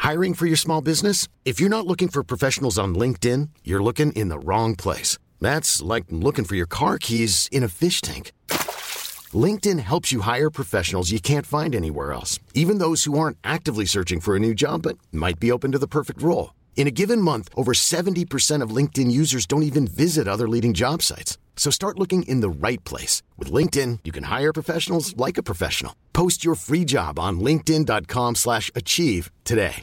Hiring for your small business? If you're not looking for professionals on LinkedIn, you're looking in the wrong place. That's like looking for your car keys in a fish tank. LinkedIn helps you hire professionals you can't find anywhere else, even those who aren't actively searching for a new job but might be open to the perfect role. In a given month, over 70% of LinkedIn users don't even visit other leading job sites. So start looking in the right place. With LinkedIn, you can hire professionals like a professional. Post your free job on linkedin.com/achieve today.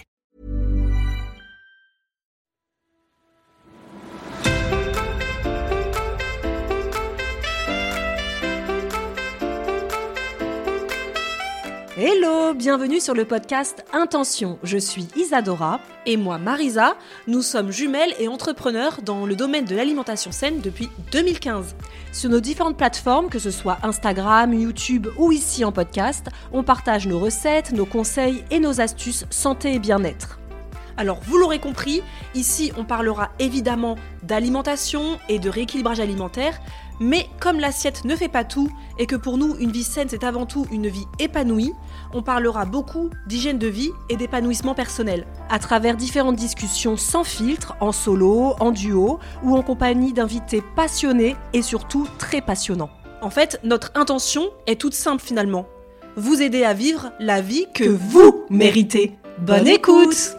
Hello, bienvenue sur le podcast Intention. Je suis Isadora. Et moi, Marisa. Nous sommes jumelles et entrepreneurs dans le domaine de l'alimentation saine depuis 2015. Sur nos différentes plateformes, que ce soit Instagram, YouTube ou ici en podcast, on partage nos recettes, nos conseils et nos astuces santé et bien-être. Alors, vous l'aurez compris, ici on parlera évidemment d'alimentation et de rééquilibrage alimentaire, mais comme l'assiette ne fait pas tout et que pour nous une vie saine c'est avant tout une vie épanouie, on parlera beaucoup d'hygiène de vie et d'épanouissement personnel. À travers différentes discussions sans filtre, en solo, en duo ou en compagnie d'invités passionnés et surtout très passionnants. En fait, notre intention est toute simple finalement. Vous aider à vivre la vie que vous méritez. Bonne écoute!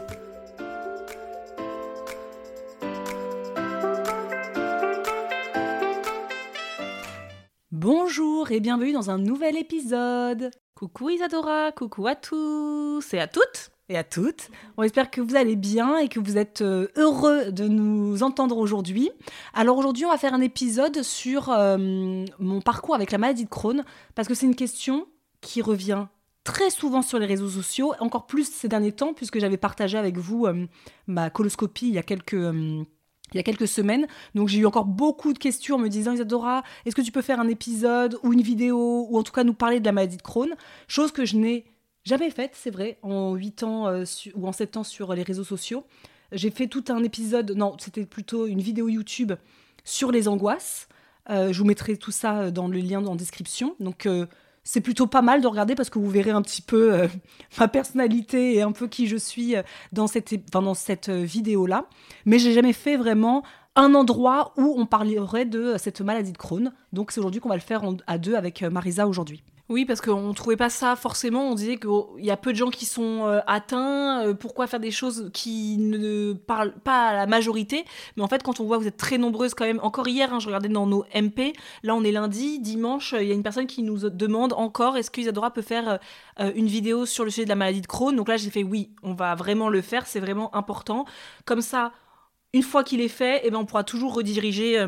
Bonjour et bienvenue dans un nouvel épisode. Coucou Isadora, coucou à tous et à toutes. Et à toutes. On espère que vous allez bien et que vous êtes heureux de nous entendre aujourd'hui. Alors aujourd'hui, on va faire un épisode sur mon parcours avec la maladie de Crohn, parce que c'est une question qui revient très souvent sur les réseaux sociaux, encore plus ces derniers temps, puisque j'avais partagé avec vous ma coloscopie il y a quelques semaines. Donc j'ai eu encore beaucoup de questions en me disant « Isadora, est-ce que tu peux faire un épisode ou une vidéo ou en tout cas nous parler de la maladie de Crohn ?» Chose que je n'ai jamais faite, c'est vrai, en 8 ans ou en 7 ans sur les réseaux sociaux. J'ai fait tout un épisode, non, c'était plutôt une vidéo YouTube sur les angoisses. Je vous mettrai tout ça dans le lien en description. Donc c'est plutôt pas mal de regarder parce que vous verrez un petit peu ma personnalité et un peu qui je suis dans cette vidéo-là. Mais j'ai jamais fait vraiment un endroit où on parlerait de cette maladie de Crohn. Donc c'est aujourd'hui qu'on va le faire à deux avec Marisa aujourd'hui. Oui, parce qu'on trouvait pas ça forcément, on disait qu'il y a peu de gens qui sont atteints, pourquoi faire des choses qui ne parlent pas à la majorité, mais en fait quand on voit que vous êtes très nombreuses quand même, encore hier, je regardais dans nos MP, là on est lundi, dimanche, il y a une personne qui nous demande encore, est-ce que Isadora peut faire une vidéo sur le sujet de la maladie de Crohn, donc là j'ai fait oui, on va vraiment le faire, c'est vraiment important, comme ça, une fois qu'il est fait, on pourra toujours rediriger...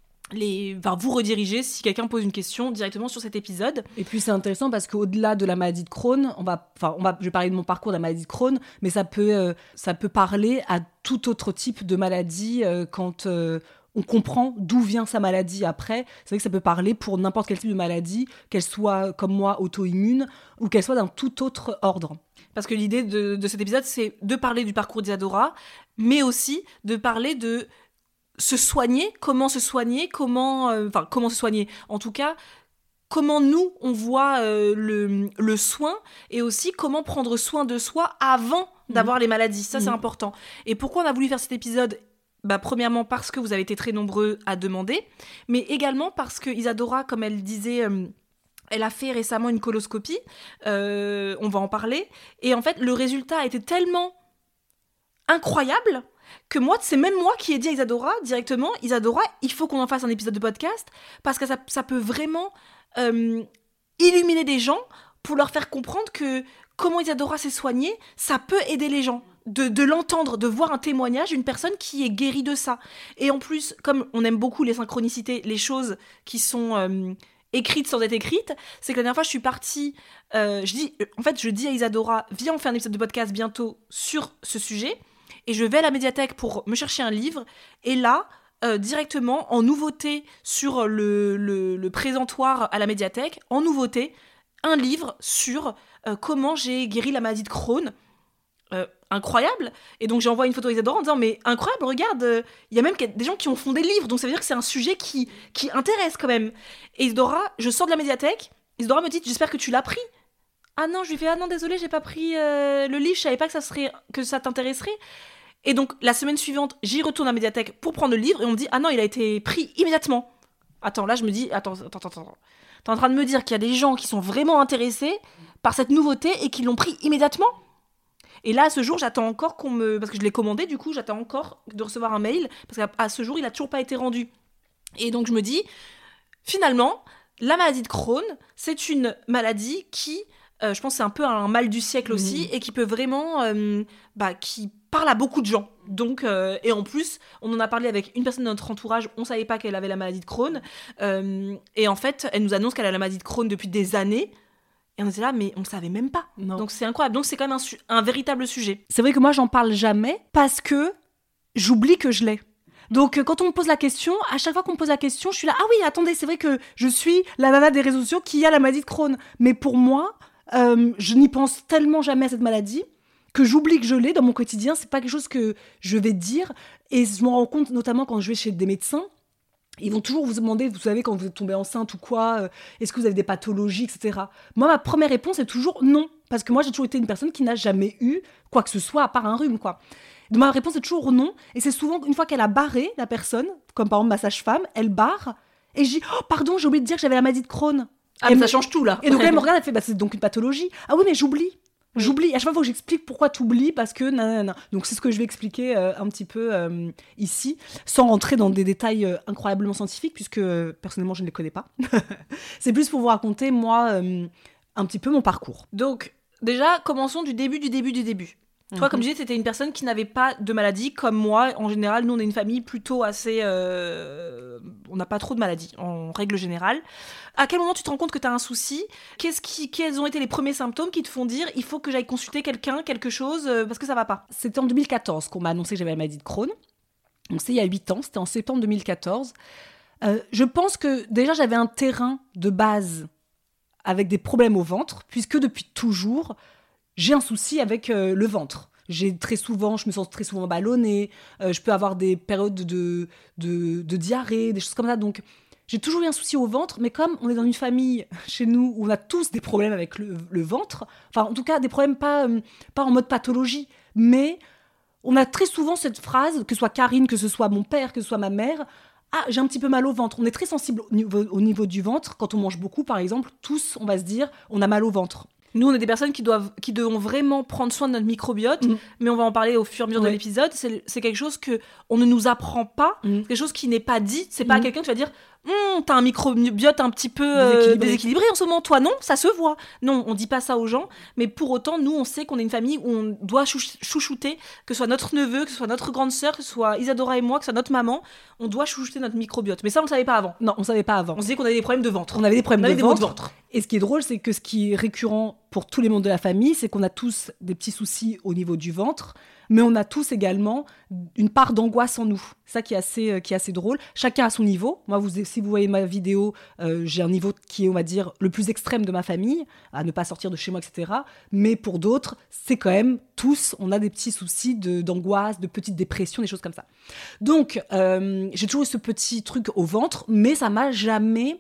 vous rediriger si quelqu'un pose une question directement sur cet épisode. Et puis c'est intéressant parce qu'au-delà de la maladie de Crohn, je vais parler de mon parcours de la maladie de Crohn, mais ça peut parler à tout autre type de maladie quand on comprend d'où vient sa maladie après. C'est vrai que ça peut parler pour n'importe quel type de maladie, qu'elle soit comme moi auto-immune ou qu'elle soit d'un tout autre ordre. Parce que l'idée de cet épisode, c'est de parler du parcours d'Isadora, mais aussi de parler de se soigner, comment se soigner, comment se soigner, en tout cas, comment nous, on voit le soin, et aussi comment prendre soin de soi avant d'avoir les maladies, ça c'est important. Et pourquoi on a voulu faire cet épisode ? Premièrement parce que vous avez été très nombreux à demander, mais également parce que Isadora, comme elle disait... elle a fait récemment une coloscopie, on va en parler, et en fait, le résultat a été tellement incroyable que c'est même moi qui ai dit à Isadora directement, Isadora, il faut qu'on en fasse un épisode de podcast, parce que ça peut vraiment illuminer des gens pour leur faire comprendre que comment Isadora s'est soignée, ça peut aider les gens. De l'entendre, de voir un témoignage d'une personne qui est guérie de ça. Et en plus, comme on aime beaucoup les synchronicités, les choses qui sont... écrite sans être écrite, c'est que la dernière fois je suis partie, je dis à Isadora, viens on fait un épisode de podcast bientôt sur ce sujet, et je vais à la médiathèque pour me chercher un livre, et là, directement, en nouveauté sur le présentoir à la médiathèque, en nouveauté, un livre sur comment j'ai guéri la maladie de Crohn, incroyable. Et donc j'ai envoyé une photo à Isadora en disant mais incroyable, regarde, il y a même des gens qui ont fondé le livre, donc ça veut dire que c'est un sujet qui intéresse quand même. Et Isadora, je sors de la médiathèque, Isadora me dit j'espère que tu l'as pris. Ah non, je lui fais ah non, désolé, j'ai pas pris le livre, je savais pas que ça t'intéresserait. Et donc la semaine suivante, j'y retourne à la médiathèque pour prendre le livre et on me dit ah non, il a été pris immédiatement. Attends, là je me dis attends. T'es en train de me dire qu'il y a des gens qui sont vraiment intéressés par cette nouveauté et qui l'ont pris immédiatement? Et là, à ce jour, j'attends encore parce que je l'ai commandé, du coup, j'attends encore de recevoir un mail, parce qu'à ce jour, il a toujours pas été rendu. Et donc, je me dis, finalement, la maladie de Crohn, c'est une maladie qui, je pense, c'est un peu un mal du siècle aussi, et qui peut vraiment, qui parle à beaucoup de gens. Donc, et en plus, on en a parlé avec une personne de notre entourage, on savait pas qu'elle avait la maladie de Crohn, et en fait, elle nous annonce qu'elle a la maladie de Crohn depuis des années. Et on était là, mais on savait même pas. Non. Donc c'est incroyable. Donc c'est quand même un véritable sujet. C'est vrai que moi, j'en parle jamais parce que j'oublie que je l'ai. Donc quand on me pose la question, à chaque fois qu'on me pose la question, je suis là, ah oui, attendez, c'est vrai que je suis la nana des réseaux sociaux qui a la maladie de Crohn. Mais pour moi, je n'y pense tellement jamais à cette maladie que j'oublie que je l'ai dans mon quotidien. C'est pas quelque chose que je vais dire. Et je me rends compte, notamment quand je vais chez des médecins, ils vont toujours vous demander, vous savez, quand vous êtes tombée enceinte ou quoi, est-ce que vous avez des pathologies, etc. Moi, ma première réponse est toujours non. Parce que moi, j'ai toujours été une personne qui n'a jamais eu quoi que ce soit à part un rhume, quoi. Donc, ma réponse est toujours non. Et c'est souvent, une fois qu'elle a barré la personne, comme par exemple ma sage-femme, elle barre. Et je dis, oh, pardon, j'ai oublié de dire que j'avais la maladie de Crohn. Ah, mais ça change tout, là. Et donc, là, elle me regarde, elle fait, bah, c'est donc une pathologie. Ah oui, mais j'oublie. J'oublie. À chaque fois, il faut que j'explique pourquoi t'oublies, parce que nanana. Donc, c'est ce que je vais expliquer un petit peu ici, sans rentrer dans des détails incroyablement scientifiques, puisque personnellement, je ne les connais pas. C'est plus pour vous raconter, moi, un petit peu mon parcours. Donc, déjà, commençons du début. Toi, comme je disais, t'étais une personne qui n'avait pas de maladie, comme moi. En général, nous, on est une famille plutôt assez... on n'a pas trop de maladies, en règle générale. À quel moment tu te rends compte que t'as un souci ? Quels ont été les premiers symptômes qui te font dire « il faut que j'aille consulter quelque chose, parce que ça va pas ». C'était en 2014 qu'on m'a annoncé que j'avais la maladie de Crohn. Donc, c'est il y a 8 ans, c'était en septembre 2014. Je pense que déjà, j'avais un terrain de base avec des problèmes au ventre, puisque depuis toujours... j'ai un souci avec le ventre. Je me sens très souvent ballonnée, je peux avoir des périodes de diarrhée, des choses comme ça. Donc, j'ai toujours eu un souci au ventre, mais comme on est dans une famille chez nous où on a tous des problèmes avec le ventre, enfin, en tout cas, des problèmes pas en mode pathologie, mais on a très souvent cette phrase, que ce soit Karine, que ce soit mon père, que ce soit ma mère, ah, j'ai un petit peu mal au ventre. On est très sensible au niveau du ventre. Quand on mange beaucoup, par exemple, tous, on va se dire, on a mal au ventre. Nous, on est des personnes qui devront vraiment prendre soin de notre microbiote, mais on va en parler au fur et à mesure de l'épisode. C'est quelque chose qu'on ne nous apprend pas, c'est quelque chose qui n'est pas dit. C'est pas à quelqu'un qui va dire t'as un microbiote un petit peu déséquilibré en ce moment. Toi, non, ça se voit. Non, on dit pas ça aux gens, mais pour autant, nous, on sait qu'on est une famille où on doit chouchouter, que ce soit notre neveu, que ce soit notre grande sœur, que ce soit Isadora et moi, que ce soit notre maman, on doit chouchouter notre microbiote. Mais ça, on le savait pas avant. Non, on savait pas avant. On se disait qu'on avait des problèmes de ventre. On avait des problèmes de ventre. Et ce qui est drôle, c'est que ce qui est récurrent pour tous les membres de la famille, c'est qu'on a tous des petits soucis au niveau du ventre, mais on a tous également une part d'angoisse en nous. C'est ça qui est assez drôle. Chacun à son niveau. Moi, si vous voyez ma vidéo, j'ai un niveau qui est, on va dire, le plus extrême de ma famille, à ne pas sortir de chez moi, etc. Mais pour d'autres, c'est quand même tous, on a des petits soucis d'angoisse, de petites dépressions, des choses comme ça. Donc, j'ai toujours eu ce petit truc au ventre, mais ça m'a jamais...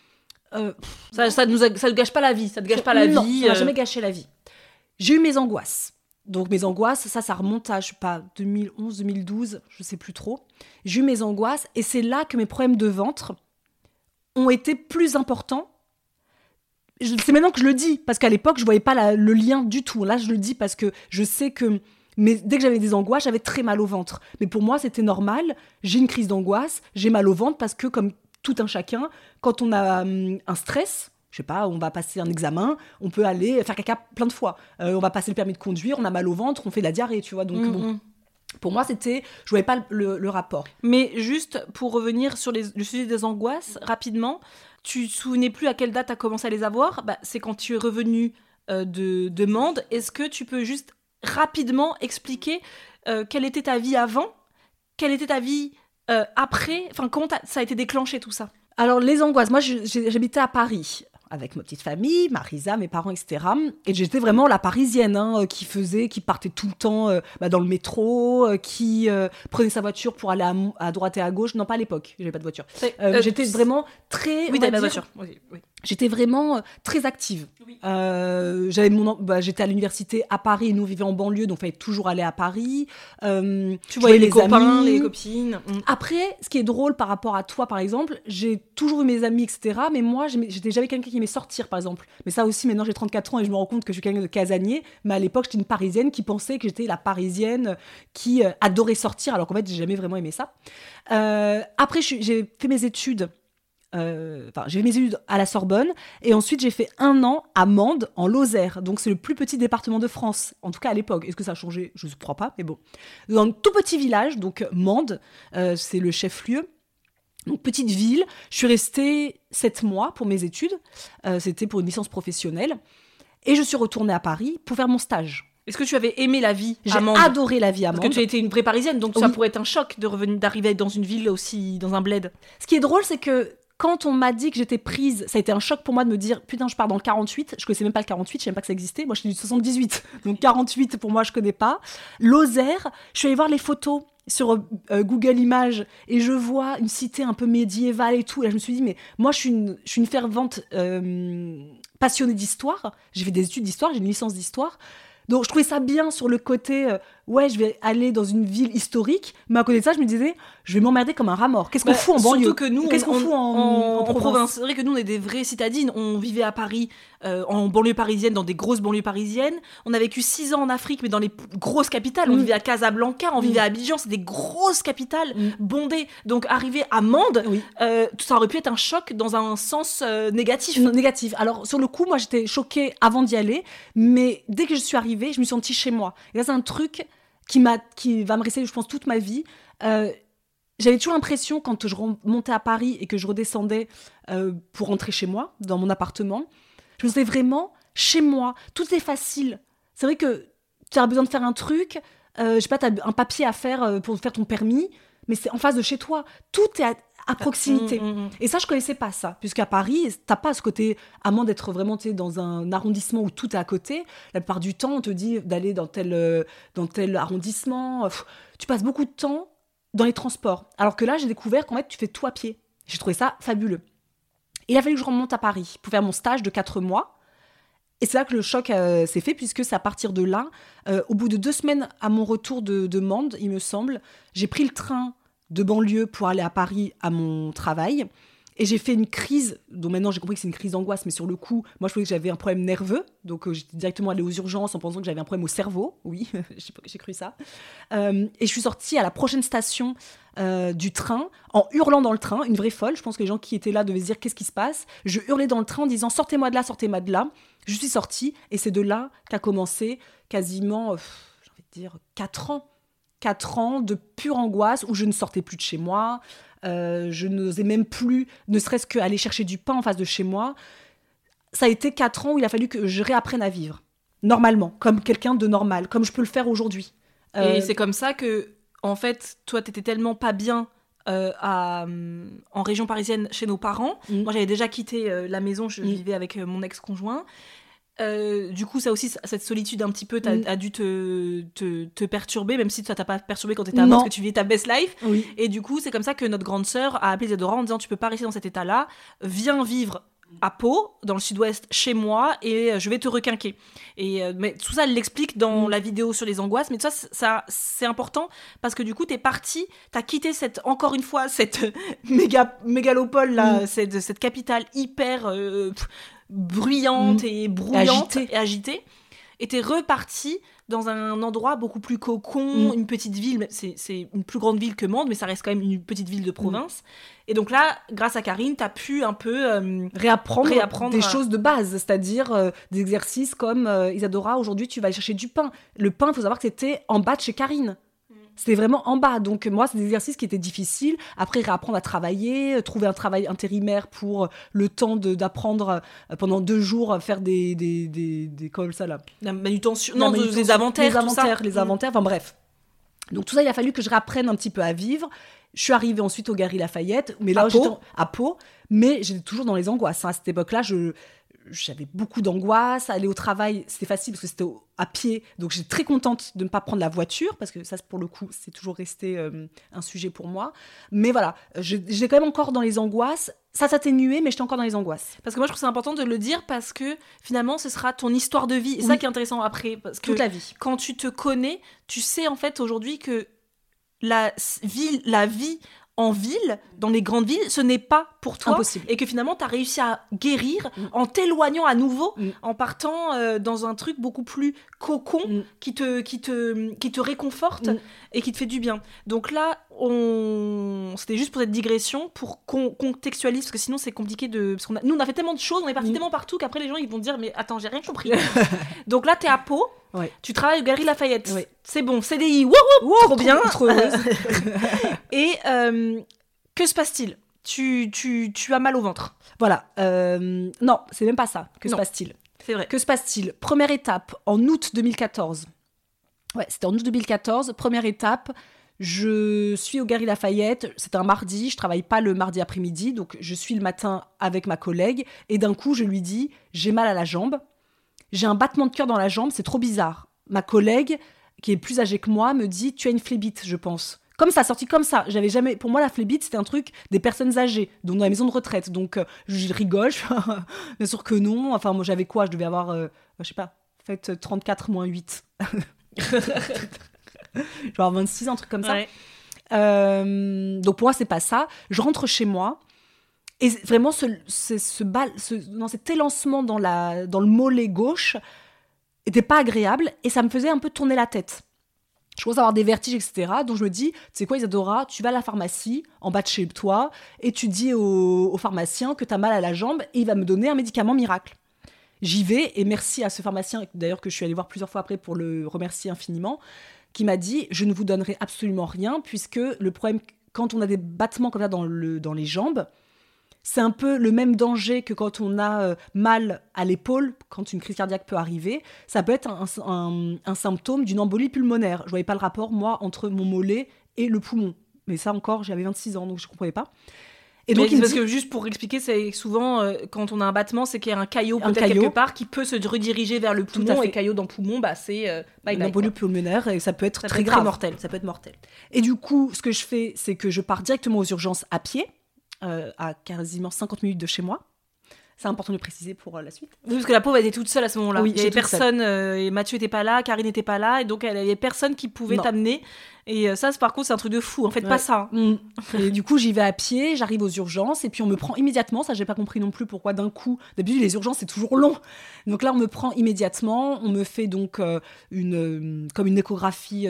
ça ne gâche pas la vie. Ça ne gâche pas la non, vie. Ça n'a jamais gâché la vie. J'ai eu mes angoisses. Donc mes angoisses, ça remonte à, je sais pas, 2011, 2012, je sais plus trop. J'ai eu mes angoisses et c'est là que mes problèmes de ventre ont été plus importants. C'est maintenant que je le dis, parce qu'à l'époque, je voyais pas le lien du tout. Là, je le dis parce que je sais que dès que j'avais des angoisses, j'avais très mal au ventre. Mais pour moi, c'était normal. J'ai une crise d'angoisse, j'ai mal au ventre parce que, comme tout un chacun, quand on a un stress... je sais pas, on va passer un examen, on peut aller faire caca plein de fois. On va passer le permis de conduire, on a mal au ventre, on fait de la diarrhée, tu vois. Donc bon, pour moi, je voyais pas le rapport. Mais juste pour revenir sur le sujet des angoisses, rapidement, tu te souvenais plus à quelle date tu as commencé à les avoir ? C'est quand tu es revenu de Mende. Est-ce que tu peux juste rapidement expliquer quelle était ta vie avant ? Quelle était ta vie après ? Enfin, comment ça a été déclenché tout ça ? Alors, les angoisses, moi, j'habitais à Paris avec ma petite famille, Marisa, mes parents, etc. Et j'étais vraiment la parisienne qui partait tout le temps dans le métro, qui prenait sa voiture pour aller à droite et à gauche. Non, pas à l'époque, j'avais pas de voiture. J'étais vraiment très... Oui, t'avais pas de voiture. Oui. J'étais vraiment très active. Oui. J'étais à l'université à Paris, et nous on vivait en banlieue, donc il fallait toujours aller à Paris. Tu voyais les copains, amis. les copines. Après, ce qui est drôle par rapport à toi, par exemple, j'ai toujours eu mes amis, etc. Mais moi, j'étais jamais quelqu'un qui aimait sortir, par exemple. Mais ça aussi, maintenant j'ai 34 ans et je me rends compte que je suis quelqu'un de casanier. Mais à l'époque, j'étais une Parisienne qui pensait que j'étais la Parisienne qui adorait sortir, alors qu'en fait, j'ai jamais vraiment aimé ça. Après, j'ai fait mes études. J'ai fait mes études à la Sorbonne et ensuite j'ai fait 1 an à Mende en Lozère, donc c'est le plus petit département de France, en tout cas à l'époque. Est-ce que ça a changé? Je ne crois pas, mais bon. Dans un tout petit village, donc Mende, c'est le chef-lieu, donc petite ville. Je suis restée 7 mois pour mes études, c'était pour une licence professionnelle, et je suis retournée à Paris pour faire mon stage. Est-ce que tu avais aimé la vie J'ai à Mende? adoré la vie à Mende. Parce que tu étais une vraie Parisienne, donc Oui. ça pourrait être un choc d'arriver dans une ville aussi, dans un bled. Ce qui est drôle, c'est que quand on m'a dit que j'étais prise, ça a été un choc pour moi de me dire putain, je pars dans le 48. Je connaissais même pas le 48, je savais même pas que ça existait. Moi, je suis du 78, donc 48 pour moi, je connais pas. Lozère, je suis allée voir les photos sur Google Images et je vois une cité un peu médiévale et tout. Et là, je me suis dit mais moi, je suis une fervente passionnée d'histoire. J'ai fait des études d'histoire, j'ai une licence d'histoire. Donc je trouvais ça bien sur le côté ouais, je vais aller dans une ville historique, mais à côté de ça je me disais je vais m'emmerder comme un rat mort. Qu'est-ce qu'on fout en banlieue? Surtout que nous, qu'est-ce qu'on fout en province? C'est vrai que nous on est des vraies citadines. On vivait à Paris, en banlieue parisienne, dans des grosses banlieues parisiennes. On a vécu 6 ans en Afrique, mais dans les grosses capitales. On vivait à Casablanca, on vivait à Abidjan, c'est des grosses capitales bondées. Donc arriver à Mende, ça aurait pu être un choc dans un sens négatif. Négatif. Alors sur le coup, moi j'étais choquée avant d'y aller, mais dès que je suis arrivée, je me suis sentie chez moi. Et là c'est un truc qui va me rester, je pense, toute ma vie. J'avais toujours l'impression, quand je remontais à Paris et que je redescendais pour rentrer chez moi, dans mon appartement, je me sentais vraiment chez moi. Tout est facile. C'est vrai que tu as besoin de faire un truc, je sais pas, tu as un papier à faire pour faire ton permis, mais c'est en face de chez toi. Tout est à proximité. Et ça, je connaissais pas ça, puisqu'à Paris, t'as pas ce côté, à moins d'être vraiment dans un arrondissement où tout est à côté. La plupart du temps, on te dit d'aller dans tel arrondissement. Tu passes beaucoup de temps dans les transports. Alors que là, j'ai découvert qu'en fait, tu fais tout à pied. J'ai trouvé ça fabuleux. Et il a fallu que je remonte à Paris pour faire mon stage de 4 mois. Et c'est là que le choc s'est fait, puisque c'est à partir de là, au bout de 2 semaines à mon retour de Mende, il me semble, j'ai pris le train de banlieue pour aller à Paris à mon travail. Et j'ai fait une crise, dont maintenant j'ai compris que c'est une crise d'angoisse, mais sur le coup, moi je trouvais que j'avais un problème nerveux. Donc j'étais directement allée aux urgences en pensant que j'avais un problème au cerveau. Oui, j'ai cru ça. Et je suis sortie à la prochaine station du train, en hurlant dans le train, une vraie folle. Je pense que les gens qui étaient là devaient se dire qu'est-ce qui se passe. Je hurlais dans le train en disant sortez-moi de là, sortez-moi de là. Je suis sortie et c'est de là qu'a commencé quasiment, j'ai envie de dire, 4 ans. 4 ans de pure angoisse où je ne sortais plus de chez moi, je n'osais même plus, ne serait-ce qu'aller chercher du pain en face de chez moi. Ça a été 4 ans où il a fallu que je réapprenne à vivre, normalement, comme quelqu'un de normal, comme je peux le faire aujourd'hui. Et c'est comme ça que, en fait, toi, t'étais tellement pas bien en région parisienne chez nos parents. Moi, j'avais déjà quitté la maison, je vivais avec mon ex-conjoint. Du coup, ça aussi, cette solitude un petit peu a dû te perturber, même si ça t'a pas perturbé quand t'étais à Mende, parce que tu vivais ta best life. Oui. Et du coup, c'est comme ça que notre grande sœur a appelé Isadora en disant tu peux pas rester dans cet état-là, viens vivre à Pau, dans le sud-ouest, chez moi, et je vais te requinquer. Mais tout ça, elle l'explique dans la vidéo sur les angoisses, mais tout ça, c'est important, parce que du coup, t'es partie, t'as quitté encore une fois, cette mégalopole, là, cette capitale hyper bruyante et brouillante et agitée, et t'es repartie dans un endroit beaucoup plus cocon, une petite ville, c'est une plus grande ville que Mende, mais ça reste quand même une petite ville de province. Et donc là, grâce à Karine, t'as pu un peu réapprendre des choses de base, c'est-à-dire des exercices comme Isadora, aujourd'hui tu vas aller chercher du pain. Le pain, il faut savoir que c'était en bas de chez Karine. C'était vraiment en bas. Donc moi, c'est des exercices qui étaient difficiles. Après, réapprendre à travailler, trouver un travail intérimaire pour le temps d'apprendre pendant 2 jours, faire des comme ça là. La manutention. Non, des inventaires, les inventaires, enfin bref. Donc tout ça, il a fallu que je réapprenne un petit peu à vivre. Je suis arrivée ensuite au Galeries Lafayette, mais là, j'étais à Pau, mais j'étais toujours dans les angoisses. À cette époque-là, j'avais beaucoup d'angoisse. Aller au travail, c'était facile parce que c'était à pied. Donc, j'étais très contente de ne pas prendre la voiture parce que ça, pour le coup, c'est toujours resté un sujet pour moi. Mais voilà, j'étais quand même encore dans les angoisses. Ça s'atténuait, mais j'étais encore dans les angoisses. Parce que moi, je trouve que c'est important de le dire parce que finalement, ce sera ton histoire de vie. C'est ça qui est intéressant après. Parce que toute la vie. Quand tu te connais, tu sais en fait aujourd'hui que la vie en ville, dans les grandes villes, ce n'est pas pour toi. Impossible. Et que finalement, tu as réussi à guérir en t'éloignant à nouveau, en partant dans un truc beaucoup plus cocon qui te réconforte et qui te fait du bien. Donc là, c'était juste pour cette digression, pour qu'on contextualise, parce que sinon c'est compliqué parce nous, on a fait tellement de choses, on est parti tellement partout qu'après les gens ils vont dire mais attends, j'ai rien compris. Donc là, t'es à Pau. Ouais. Tu travailles au Galeries Lafayette. Ouais. C'est bon, CDI. Wouhou, trop bien. Trop heureuse. Et que se passe-t-il ? Tu as mal au ventre. Voilà. Non, c'est même pas ça. Que se passe-t-il ? C'est vrai. Que se passe-t-il ? Première étape, en août 2014. Ouais, c'était en août 2014. Première étape, je suis au Galeries Lafayette. C'est un mardi. Je travaille pas le mardi après-midi. Donc, je suis le matin avec ma collègue. Et d'un coup, je lui dis, j'ai mal à la jambe. J'ai un battement de cœur dans la jambe, c'est trop bizarre. Ma collègue, qui est plus âgée que moi, me dit « Tu as une phlébite, je pense ». Comme ça, sorti comme ça. Pour moi, la phlébite, c'était un truc des personnes âgées, donc dans la maison de retraite. Donc, je rigole, bien sûr que non. Enfin, moi, j'avais quoi ? Je devais avoir, je sais pas, faites 34 moins 8. Je vais avoir 26, un truc comme ça. Ouais. Donc, pour moi, c'est pas ça. Je rentre chez moi. Et vraiment, cet élancement dans le mollet gauche n'était pas agréable et ça me faisait un peu tourner la tête. Je commence à avoir des vertiges, etc. Donc je me dis, tu sais quoi Isadora, tu vas à la pharmacie, en bas de chez toi, et tu dis au pharmacien que tu as mal à la jambe et il va me donner un médicament miracle. J'y vais et merci à ce pharmacien, d'ailleurs que je suis allée voir plusieurs fois après pour le remercier infiniment, qui m'a dit, je ne vous donnerai absolument rien puisque le problème, quand on a des battements comme ça dans les jambes, c'est un peu le même danger que quand on a mal à l'épaule, quand une crise cardiaque peut arriver. Ça peut être un symptôme d'une embolie pulmonaire. Je ne voyais pas le rapport, moi, entre mon mollet et le poumon. Mais ça encore, j'avais 26 ans, donc je ne comprenais pas. Et donc, parce que juste pour expliquer, c'est souvent, quand on a un battement, c'est qu'il y a un caillot quelque part qui peut se rediriger vers le poumon. Et caillot dans le poumon, c'est une embolie pulmonaire et ça peut être très grave. Ça peut être mortel. Et du coup, ce que je fais, c'est que je pars directement aux urgences à pied. À quasiment 50 minutes de chez moi. C'est important de le préciser pour la suite. Oui, parce que la pauvre, elle était toute seule à ce moment-là. Oui, il y avait personne, et Mathieu n'était pas là, Karine n'était pas là, et donc il y avait personne qui pouvait t'amener. Et ça, par contre, c'est un truc de fou. En fait, pas ça. Et du coup, j'y vais à pied, j'arrive aux urgences, et puis on me prend immédiatement. Ça, j'ai pas compris non plus pourquoi d'un coup. D'habitude, les urgences, c'est toujours long. Donc là, on me prend immédiatement. On me fait donc comme une échographie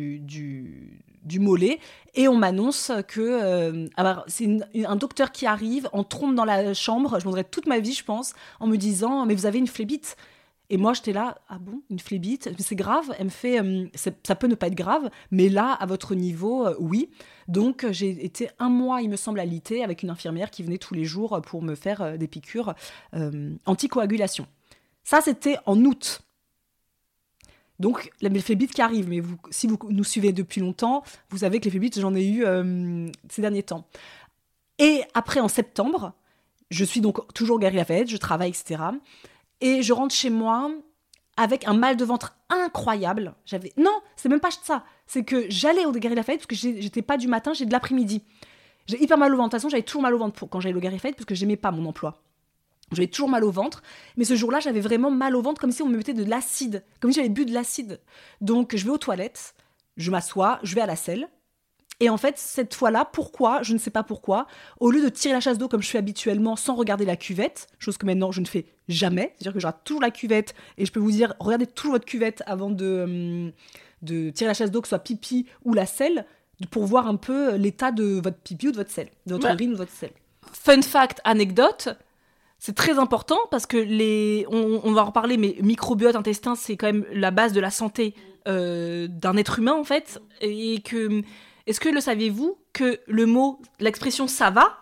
du mollet, et on m'annonce que c'est un docteur qui arrive, en trompe dans la chambre, je m'en toute ma vie, je pense, en me disant « Mais vous avez une phlébite ?» Et moi, j'étais là « Ah bon, une phlébite ? C'est grave ?» Elle me fait ça peut ne pas être grave, mais là, à votre niveau, oui. Donc, j'ai été 1 mois, il me semble, alité avec une infirmière qui venait tous les jours pour me faire des piqûres anticoagulation. Ça, c'était en août. Donc, la phlébite qui arrive, mais si vous nous suivez depuis longtemps, vous savez que les phlébites, j'en ai eu ces derniers temps. Et après, en septembre, je suis donc toujours au Galeries Lafayette, je travaille, etc. Et je rentre chez moi avec un mal de ventre incroyable. Non, c'est même pas ça. C'est que j'allais au Galeries Lafayette parce que j'étais pas du matin, j'ai de l'après-midi. J'ai hyper mal au ventre. De toute façon, j'avais toujours mal au ventre quand j'allais au Galeries Lafayette parce que j'aimais pas mon emploi. J'avais toujours mal au ventre, mais ce jour-là, j'avais vraiment mal au ventre, comme si on me mettait de l'acide, comme si j'avais bu de l'acide. Donc, je vais aux toilettes, je m'assois, je vais à la selle. Et en fait, cette fois-là, pourquoi ? Je ne sais pas pourquoi. Au lieu de tirer la chasse d'eau comme je fais habituellement, sans regarder la cuvette, chose que maintenant, je ne fais jamais, c'est-à-dire que je regarde toujours la cuvette, et je peux vous dire, regardez toujours votre cuvette avant de tirer la chasse d'eau, que ce soit pipi ou la selle, pour voir un peu l'état de votre pipi ou de votre selle, de votre urine ou de votre selle. Fun fact, anecdote, c'est très important parce que on va en reparler, mais microbiote, intestin, c'est quand même la base de la santé d'un être humain en fait. Et que, est-ce que le saviez-vous que l'expression ça va,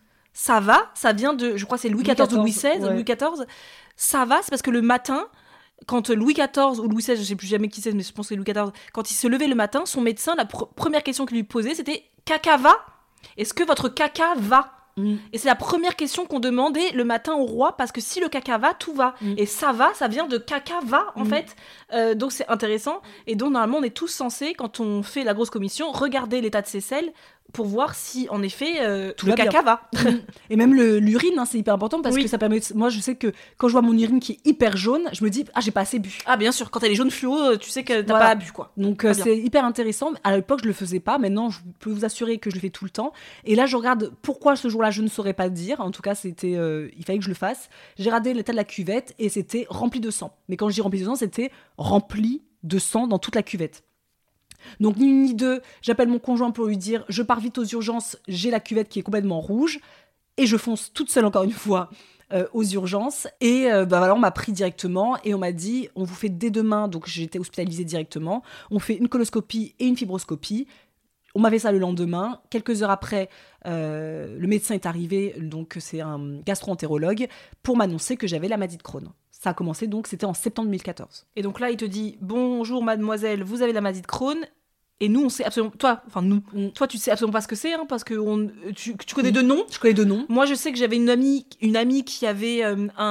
ça vient de, je crois que c'est Louis XIV ou Louis XVI, ouais. Louis XIV, ça va, c'est parce que le matin, quand Louis XIV ou Louis XVI, je sais plus jamais qui c'est, mais je pense que c'est Louis XIV, quand il se levait le matin, son médecin, la première question qu'il lui posait, c'était caca va ? Est-ce que votre caca va ? Et c'est la première question qu'on demandait le matin au roi, parce que si le caca va, tout va. Et ça vient de caca va, en fait. Donc c'est intéressant. Et donc normalement, on est tous censés, quand on fait la grosse commission, regarder l'état de ses selles pour voir si, en effet, Tout le va bien. caca va. Et même l'urine, hein, c'est hyper important parce Oui. que ça permet. Moi, je sais que quand je vois mon urine qui est hyper jaune, je me dis j'ai pas assez bu. Ah, bien sûr, quand elle est jaune fluo, tu sais que t'as Voilà. pas bu, quoi. Donc Très bien. c'est hyper intéressant. À l'époque, je le faisais pas. Maintenant, je peux vous assurer que je le fais tout le temps. Et là, je regarde pourquoi ce jour-là, je ne saurais pas dire. En tout cas, c'était, il fallait que je le fasse. J'ai regardé l'état de la cuvette et c'était rempli de sang. Mais quand je dis rempli de sang, c'était rempli de sang dans toute la cuvette. Donc ni une ni deux, j'appelle mon conjoint pour lui dire je pars vite aux urgences, j'ai la cuvette qui est complètement rouge et je fonce toute seule encore une fois aux urgences et voilà, on m'a pris directement et on m'a dit on vous fait dès demain, donc j'étais hospitalisée directement, on fait une coloscopie et une fibroscopie. On m'avait ça le lendemain. Quelques heures après, le médecin est arrivé, donc c'est un gastro-entérologue, pour m'annoncer que j'avais la maladie de Crohn. Ça a commencé donc, c'était en septembre 2014. Et donc là, il te dit bonjour mademoiselle, vous avez la maladie de Crohn. Et nous, on sait absolument. Toi, tu sais absolument pas ce que c'est, hein, parce que tu connais de nom. Je connais deux noms. Moi, je sais que j'avais une amie qui avait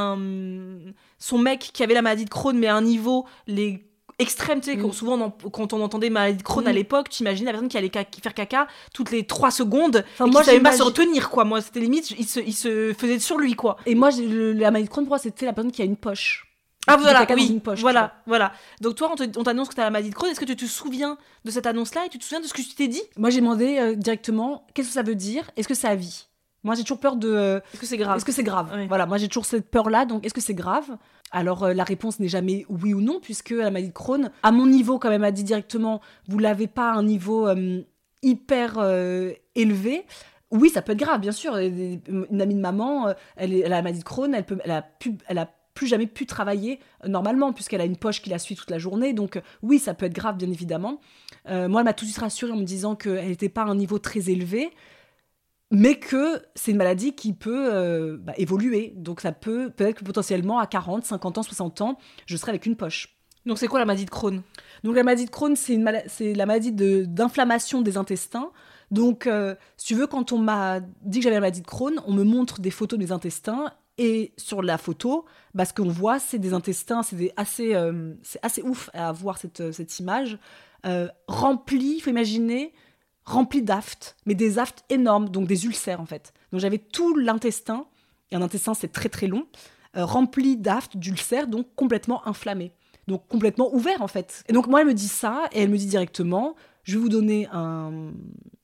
son mec qui avait la maladie de Crohn, mais à un niveau extrême, tu sais, souvent quand on entendait maladie de Crohn à l'époque, t'imagines la personne qui allait faire caca toutes les 3 secondes, et moi, qui savait pas se j'imagine- retenir, quoi. Moi, c'était limite, il se faisait sur lui, quoi. Et moi, la maladie de Crohn, pour moi, c'était la personne qui a une poche. Ah Qui voilà, fait caca dans oui, une poche, tu voilà. Donc toi, on t'annonce que t'as la maladie de Crohn. Est-ce que tu te souviens de cette annonce-là et tu te souviens de ce que tu t'es dit? Moi, j'ai demandé directement qu'est-ce que ça veut dire. Est-ce que c'est à vie? Moi, j'ai toujours peur de. Est-ce que c'est grave? Est-ce que c'est grave? Oui. Voilà, moi, j'ai toujours cette peur-là. Donc, est-ce que c'est grave? Alors, la réponse n'est jamais oui ou non, puisque la maladie de Crohn, à mon niveau, quand même, a dit directement, vous l'avez pas à un niveau hyper élevé. Oui, ça peut être grave, bien sûr. Une amie de maman, elle a la maladie de Crohn, elle a plus jamais pu travailler normalement, puisqu'elle a une poche qui la suit toute la journée. Donc oui, ça peut être grave, bien évidemment. Moi, elle m'a tout de suite rassurée en me disant qu'elle n'était pas à un niveau très élevé, mais que c'est une maladie qui peut évoluer. Donc ça peut-être que potentiellement à 40, 50 ans, 60 ans, je serai avec une poche. Donc c'est quoi la maladie de Crohn? Donc la maladie de Crohn, c'est la maladie d'inflammation des intestins. Donc, si tu veux, quand on m'a dit que j'avais la maladie de Crohn, on me montre des photos des intestins. Et sur la photo, ce qu'on voit, c'est des intestins, c'est assez ouf à voir cette image, remplis, il faut imaginer, remplis d'aftes, mais des aftes énormes, donc des ulcères en fait. Donc j'avais tout l'intestin, et un intestin c'est très très long, rempli d'aftes, d'ulcères, donc complètement inflammé. Donc complètement ouvert en fait. Et donc moi elle me dit ça, et elle me dit directement, je vais vous donner un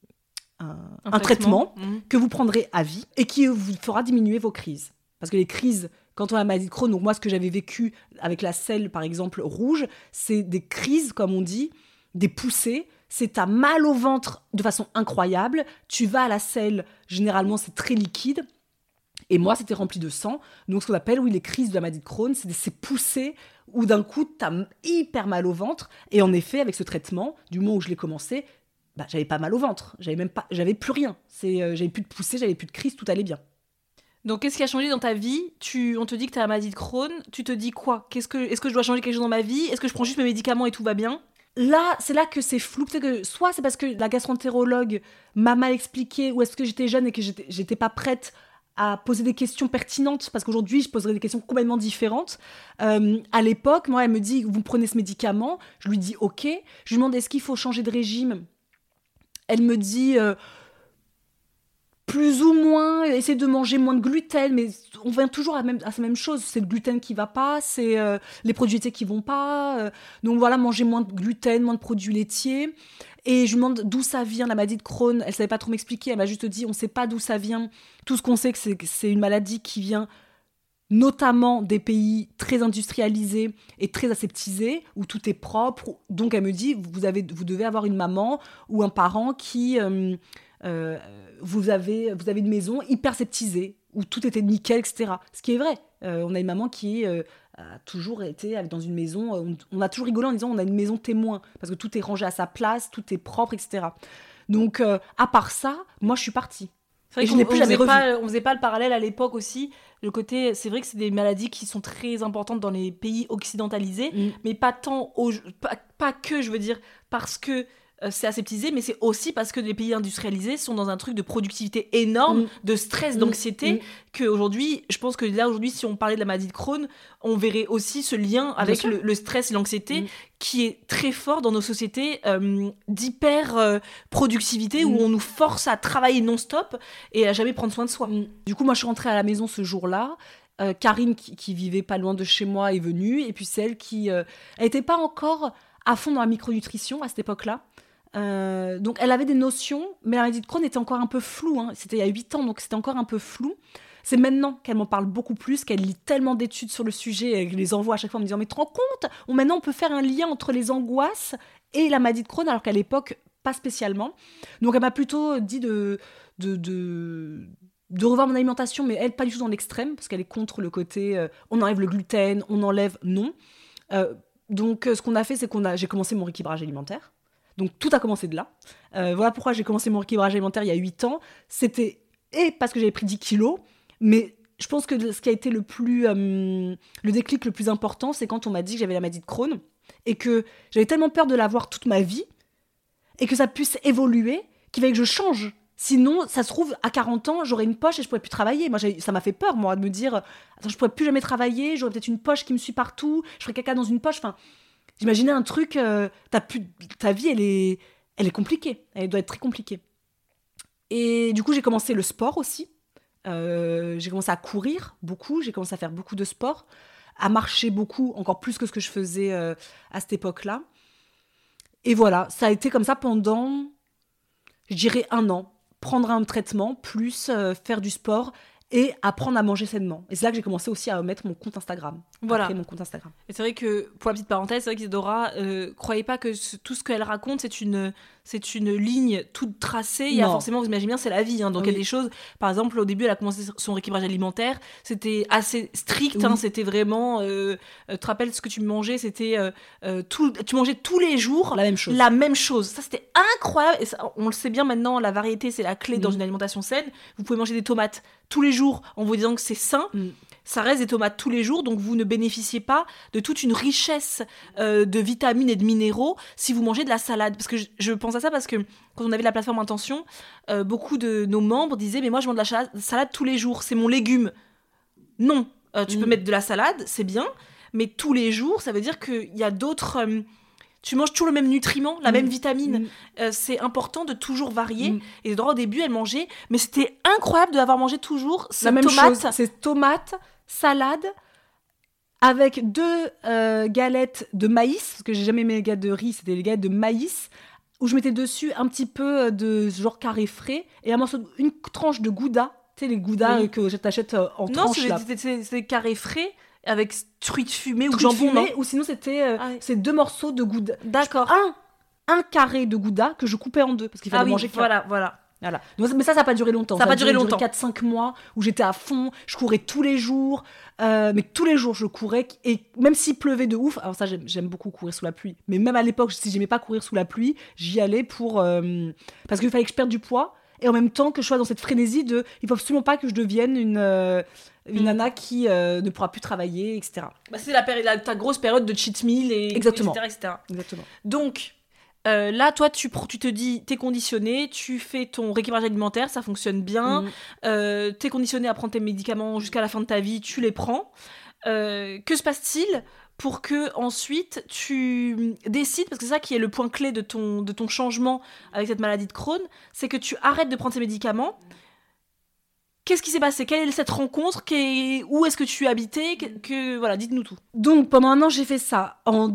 traitement que vous prendrez à vie, et qui vous fera diminuer vos crises. Parce que les crises, quand on a la maladie de Crohn, donc moi, ce que j'avais vécu avec la selle, par exemple, rouge, c'est des crises, comme on dit, des poussées. C'est t'as mal au ventre de façon incroyable. Tu vas à la selle, généralement, c'est très liquide. Et moi, c'était rempli de sang. Donc, ce qu'on appelle, les crises de la maladie de Crohn, c'est ces poussées où d'un coup, t'as hyper mal au ventre. Et en effet, avec ce traitement, du moment où je l'ai commencé, j'avais pas mal au ventre. J'avais plus rien. J'avais plus de poussées, j'avais plus de crises, tout allait bien. Donc, qu'est-ce qui a changé dans ta vie? On te dit que tu as la maladie de Crohn. Tu te dis quoi? Est-ce que je dois changer quelque chose dans ma vie? Est-ce que je prends juste mes médicaments et tout va bien? Là, c'est là que c'est flou. Peut-être que soit c'est parce que la gastro-entérologue m'a mal expliqué, ou est-ce que j'étais jeune et que j'étais pas prête à poser des questions pertinentes, parce qu'aujourd'hui, je poserais des questions complètement différentes. À l'époque, moi, elle me dit, vous prenez ce médicament. Je lui dis, ok. Je lui demande, est-ce qu'il faut changer de régime? Elle me dit... plus ou moins, essayer de manger moins de gluten, mais on vient toujours à la même chose. C'est le gluten qui va pas, c'est les produits laitiers qui vont pas. Donc voilà, manger moins de gluten, moins de produits laitiers. Et je lui demande d'où ça vient, la maladie de Crohn. Elle savait pas trop m'expliquer, elle m'a juste dit, on sait pas d'où ça vient. Tout ce qu'on sait, que c'est une maladie qui vient notamment des pays très industrialisés et très aseptisés, où tout est propre. Donc elle me dit, vous devez avoir une maman ou un parent qui... vous avez une maison hyper septisée, où tout était nickel, etc. Ce qui est vrai. On a une maman qui a toujours été dans une maison... on a toujours rigolé en disant on a une maison témoin, parce que tout est rangé à sa place, tout est propre, etc. Donc, à part ça, moi, je suis partie. C'est vrai qu'on faisait pas le parallèle à l'époque aussi. Le côté, c'est vrai que c'est des maladies qui sont très importantes dans les pays occidentalisés, mais pas tant, pas que, je veux dire, parce que c'est aseptisé, mais c'est aussi parce que les pays industrialisés sont dans un truc de productivité énorme, de stress, d'anxiété, qu'aujourd'hui, je pense que là, aujourd'hui, si on parlait de la maladie de Crohn, on verrait aussi ce lien avec le stress et l'anxiété qui est très fort dans nos sociétés d'hyper productivité où on nous force à travailler non-stop et à jamais prendre soin de soi. Du coup, moi, je suis rentrée à la maison ce jour-là. Karine, qui vivait pas loin de chez moi, est venue. Et puis, c'est elle qui... elle n'était pas encore à fond dans la micronutrition à cette époque-là. Donc, elle avait des notions, mais la maladie de Crohn était encore un peu floue. Hein. C'était il y a 8 ans, donc c'était encore un peu flou. C'est maintenant qu'elle m'en parle beaucoup plus, qu'elle lit tellement d'études sur le sujet, elle les envoie à chaque fois en me disant « Mais tu te rends compte ? Maintenant, on peut faire un lien entre les angoisses et la maladie de Crohn, alors qu'à l'époque, pas spécialement. » Donc, elle m'a plutôt dit de revoir mon alimentation, mais elle, pas du tout dans l'extrême, parce qu'elle est contre le côté on enlève le gluten, on enlève... Non. Donc, ce qu'on a fait, c'est j'ai commencé mon rééquilibrage alimentaire. Donc, tout a commencé de là. Voilà pourquoi j'ai commencé mon rééquilibrage alimentaire il y a 8 ans. C'était parce que j'avais pris 10 kilos, mais je pense que ce qui a été le déclic le plus important, c'est quand on m'a dit que j'avais la maladie de Crohn et que j'avais tellement peur de l'avoir toute ma vie et que ça puisse évoluer qu'il fallait que je change. Sinon, ça se trouve, à 40 ans, j'aurais une poche et je pourrais plus travailler. Moi, ça m'a fait peur, moi, de me dire attends, je pourrais plus jamais travailler, j'aurais peut-être une poche qui me suit partout, je ferais caca dans une poche. Enfin, j'imaginais un truc, ta vie, elle est compliquée. Elle doit être très compliquée. Et du coup, j'ai commencé le sport aussi. J'ai commencé à courir beaucoup, j'ai commencé à faire beaucoup de sport, à marcher beaucoup, encore plus que ce que je faisais à cette époque-là. Et voilà, ça a été comme ça pendant, je dirais, 1 an. Prendre un traitement, plus faire du sport et apprendre à manger sainement. Et c'est là que j'ai commencé aussi à mettre mon compte Instagram. Voilà. À créer mon compte Instagram. Et c'est vrai que, pour la petite parenthèse, c'est vrai qu'Isadora, croyez pas que tout ce qu'elle raconte, c'est une ligne toute tracée. Il y a forcément, vous imaginez bien, c'est la vie. Hein, donc il y a des choses, par exemple, au début, elle a commencé son rééquilibrage alimentaire. C'était assez strict. Hein, c'était vraiment, tu te rappelles ce que tu mangeais, c'était, tu mangeais tous les jours la même chose. Ça, c'était incroyable. Et ça, on le sait bien maintenant, la variété, c'est la clé dans une alimentation saine. Vous pouvez manger des tomates tous les jours en vous disant que c'est sain. Ça reste des tomates tous les jours, donc vous ne bénéficiez pas de toute une richesse de vitamines et de minéraux si vous mangez de la salade. Parce que je pense à ça parce que quand on avait la plateforme Intention, beaucoup de nos membres disaient « Mais moi, je mange de la salade tous les jours, c'est mon légume. » Non, tu peux mettre de la salade, c'est bien, mais tous les jours, ça veut dire qu'il y a d'autres... tu manges toujours le même nutriment, la même vitamine. C'est important de toujours varier. Et au début, elle mangeait, mais c'était incroyable de l'avoir mangé toujours la même chose. C'est tomates, salade, avec 2 galettes de maïs, parce que j'ai jamais aimé les galettes de riz, c'était les galettes de maïs, où je mettais dessus un petit peu de genre carré frais, et une tranche de gouda, tu sais, les goudas que je t'achète en tranches. Non, c'est des carrés frais, avec truite fumée ou jambon, fumé, ou sinon c'était c'est 2 morceaux de gouda. D'accord. Un carré de gouda que je coupais en 2 parce qu'il fallait manger. Voilà. Mais ça n'a pas duré longtemps. Ça n'a pas duré longtemps. 4-5 mois où j'étais à fond, je courais tous les jours, mais tous les jours je courais, et même s'il pleuvait de ouf, alors ça j'aime beaucoup courir sous la pluie, mais même à l'époque, si j'aimais pas courir sous la pluie, j'y allais parce qu'il fallait que je perde du poids, et en même temps que je sois dans cette frénésie il faut absolument pas que je devienne une nana qui ne pourra plus travailler, etc. Bah, c'est ta grosse période de cheat meal, Exactement. etc. Exactement. Donc, là, toi, tu te dis, t'es conditionné, tu fais ton rééquilibrage alimentaire, ça fonctionne bien, t'es conditionné à prendre tes médicaments jusqu'à la fin de ta vie, tu les prends. Que se passe-t-il pour que ensuite tu décides, parce que c'est ça qui est le point clé de ton changement avec cette maladie de Crohn, c'est que tu arrêtes de prendre ces médicaments. Qu'est-ce qui s'est passé ? Quelle est cette rencontre ? Où est-ce que tu habitais ? Voilà, dites-nous tout. Donc, pendant 1 an, j'ai fait ça. En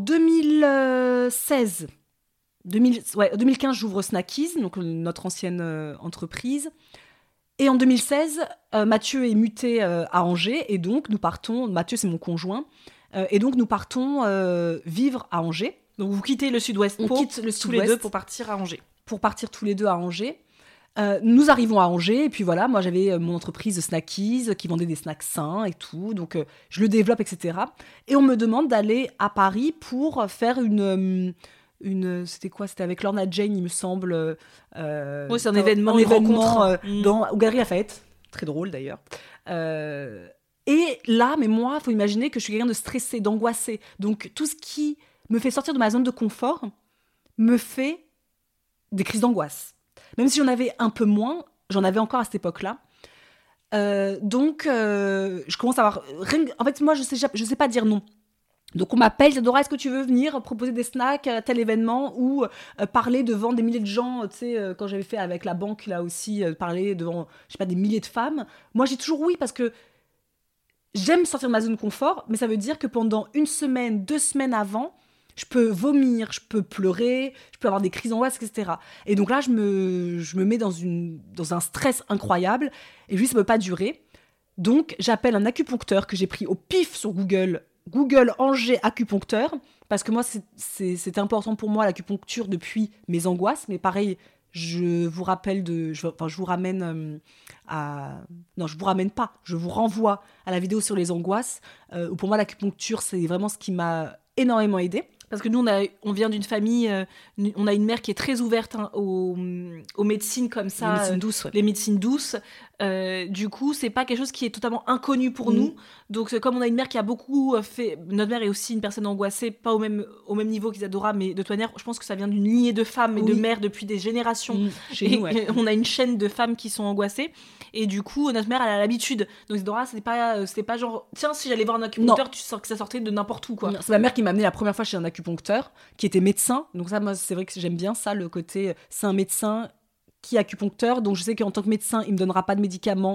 2015, j'ouvre Snackies, donc notre ancienne entreprise. Et en 2016, Mathieu est muté à Angers, et donc nous partons. Mathieu, c'est mon conjoint, et donc nous partons vivre à Angers. Donc vous quittez le Sud-Ouest. On quitte le tous les deux pour partir à Angers. Pour partir tous les deux à Angers. Nous arrivons à Angers, et puis voilà, moi j'avais mon entreprise de Snackies qui vendait des snacks sains et tout, donc je le développe, etc. Et on me demande d'aller à Paris pour faire c'était quoi ? C'était avec Lorna Jane, il me semble. Oui, c'est un événement aux Galeries Lafayette. Très drôle d'ailleurs. Et là, mais moi, il faut imaginer que je suis quelqu'un de stressé, d'angoissé. Donc tout ce qui me fait sortir de ma zone de confort me fait des crises d'angoisse. Même si j'en avais un peu moins, j'en avais encore à cette époque-là. Donc, je commence à avoir... En fait, moi, je sais pas dire non. Donc, on m'appelle, Isadora, est-ce que tu veux venir proposer des snacks à tel événement ou parler devant des milliers de gens, tu sais, quand j'avais fait avec la banque, là aussi, parler devant, je sais pas, des milliers de femmes. Moi, j'ai toujours oui, parce que j'aime sortir de ma zone de confort, mais ça veut dire que pendant 1 semaine, 2 semaines avant, je peux vomir, je peux pleurer, je peux avoir des crises d'angoisse, etc. Et donc là, je me mets dans un stress incroyable. Et lui, ça ne peut pas durer. Donc, j'appelle un acupuncteur que j'ai pris au pif sur Google Angers acupuncteur. Parce que moi, c'était important pour moi, l'acupuncture, depuis mes angoisses. Mais pareil, je vous rappelle je vous ramène non, je vous ramène pas. Je vous renvoie à la vidéo sur les angoisses. Où pour moi, l'acupuncture, c'est vraiment ce qui m'a énormément aidée. Parce que nous, on vient d'une famille, on a une mère qui est très ouverte aux médecines comme ça. Les médecines douces, ouais. Les médecines douces. Du coup, c'est pas quelque chose qui est totalement inconnu pour nous. Donc, comme on a une mère qui a beaucoup fait... Notre mère est aussi une personne angoissée, pas au même niveau qu'Isadora, mais de toute manière, je pense que ça vient d'une lignée de femmes et de mères depuis des générations. Chez nous, ouais. On a une chaîne de femmes qui sont angoissées. Et du coup, notre mère, elle a l'habitude. Donc, Isadora, c'était pas genre... Tiens, si j'allais voir un acupuncteur, tu sens que ça sortait de n'importe où, quoi. Non, c'est ma mère qui m'a amenée la première fois chez un acupuncteur, qui était médecin. Donc ça, moi, c'est vrai que j'aime bien ça, le côté... C'est un médecin qui est acupuncteur. Donc je sais qu'en tant que médecin, il ne me donnera pas de médicaments...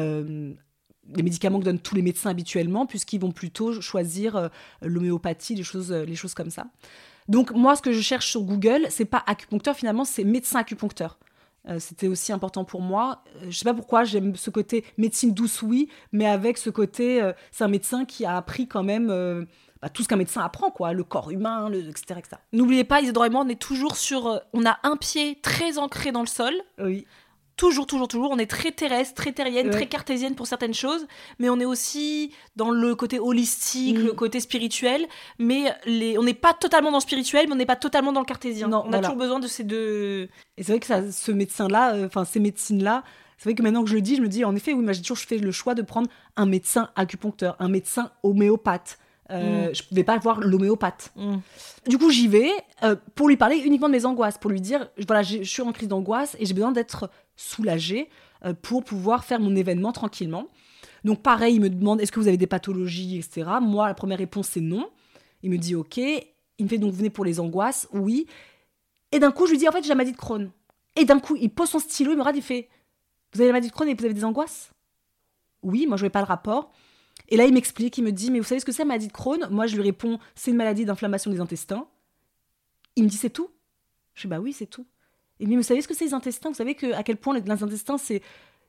les médicaments que donnent tous les médecins habituellement, puisqu'ils vont plutôt choisir l'homéopathie, les choses comme ça. Donc moi, ce que je cherche sur Google, c'est pas acupuncteur, finalement, c'est médecin acupuncteur. C'était aussi important pour moi. Je sais pas pourquoi, j'aime ce côté médecine douce, oui, mais avec ce côté, c'est un médecin qui a appris quand même tout ce qu'un médecin apprend, quoi, le corps humain, etc., etc. N'oubliez pas, Isadora et moi, on est toujours on a un pied très ancré dans le sol. Oui. Toujours. On est très terrestre, très terrienne, ouais. Très cartésienne pour certaines choses, mais on est aussi dans le côté holistique, le côté spirituel. Mais on n'est pas totalement dans le spirituel, mais on n'est pas totalement dans le cartésien. Non, on a toujours besoin de ces deux. Et c'est vrai que ce médecin-là, ces médecines-là, c'est vrai que maintenant que je le dis, je me dis, en effet, oui, moi j'ai toujours fait le choix de prendre un médecin acupuncteur, un médecin homéopathe. Je pouvais pas voir l'homéopathe. Du coup, j'y vais pour lui parler uniquement de mes angoisses, pour lui dire, voilà, je suis en crise d'angoisse et j'ai besoin d'être soulagée pour pouvoir faire mon événement tranquillement. Donc pareil, il me demande, est-ce que vous avez des pathologies, etc. Moi, la première réponse, c'est non. Il me dit, ok. Il me fait, donc, venez pour les angoisses, oui. Et d'un coup, je lui dis, en fait, j'ai la maladie de Crohn. Et d'un coup, il pose son stylo, il me regarde, il fait, vous avez la maladie de Crohn et vous avez des angoisses ? Oui, moi, je n'avais pas le rapport. Et là, il m'explique, il me dit, mais vous savez ce que c'est, la maladie de Crohn ? Moi, je lui réponds, c'est une maladie d'inflammation des intestins. Il me dit, c'est tout ? Je dis, bah oui, c'est tout. Il me dit, vous savez ce que c'est les intestins ? Vous savez à quel point les intestins, c'est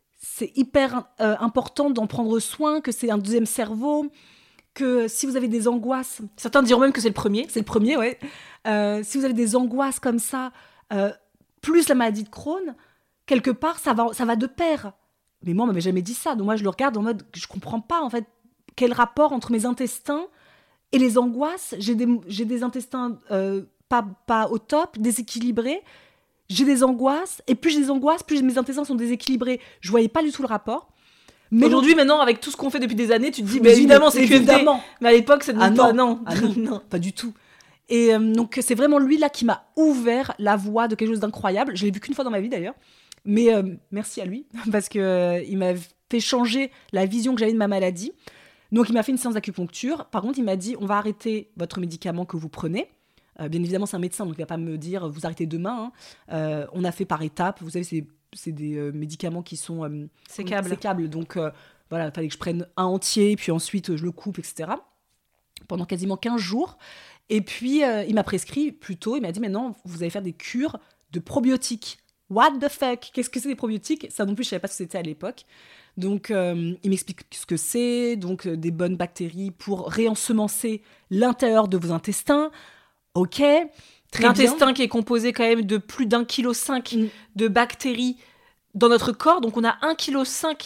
hyper important d'en prendre soin, que c'est un deuxième cerveau, que si vous avez des angoisses... Certains diront même que c'est le premier. C'est le premier, ouais. Si vous avez des angoisses comme ça, plus la maladie de Crohn, quelque part, ça va de pair. Mais moi, on m'avait jamais dit ça. Donc moi, je le regarde en mode, je comprends pas, en fait, quel rapport entre mes intestins et les angoisses. J'ai des intestins pas au top, déséquilibrés. J'ai des angoisses, et plus j'ai des angoisses, plus mes intestins sont déséquilibrés. Je voyais pas du tout le rapport. Mais aujourd'hui, maintenant, avec tout ce qu'on fait depuis des années, tu te dis, mais évidemment, c'est QFD. Mais à l'époque, ça ne dit pas, non. Ah non, non, pas du tout. Et donc, c'est vraiment lui, là, qui m'a ouvert la voie de quelque chose d'incroyable. Je l'ai vu qu'une fois dans ma vie, d'ailleurs. Mais merci à lui, parce qu'il m'a fait changer la vision que j'avais de ma maladie. Donc, il m'a fait une séance d'acupuncture. Par contre, il m'a dit, on va arrêter votre médicament que vous prenez. Bien évidemment, c'est un médecin, donc il ne va pas me dire, vous arrêtez demain. On a fait par étapes. Vous savez, c'est des médicaments qui sont sécables. Donc, voilà, il fallait que je prenne un entier, puis ensuite, je le coupe, etc. Pendant quasiment 15 jours. Et puis, il m'a prescrit, plutôt, il m'a dit, maintenant, vous allez faire des cures de probiotiques. What the fuck ? Qu'est-ce que c'est des probiotiques ? Ça non plus, je ne savais pas ce que c'était à l'époque. Donc, il m'explique ce que c'est. Donc, des bonnes bactéries pour réensemencer l'intérieur de vos intestins. Ok, très l'intestin bien. Qui est composé quand même de plus d'1,5 kg de bactéries dans notre corps. Donc, on a 1,5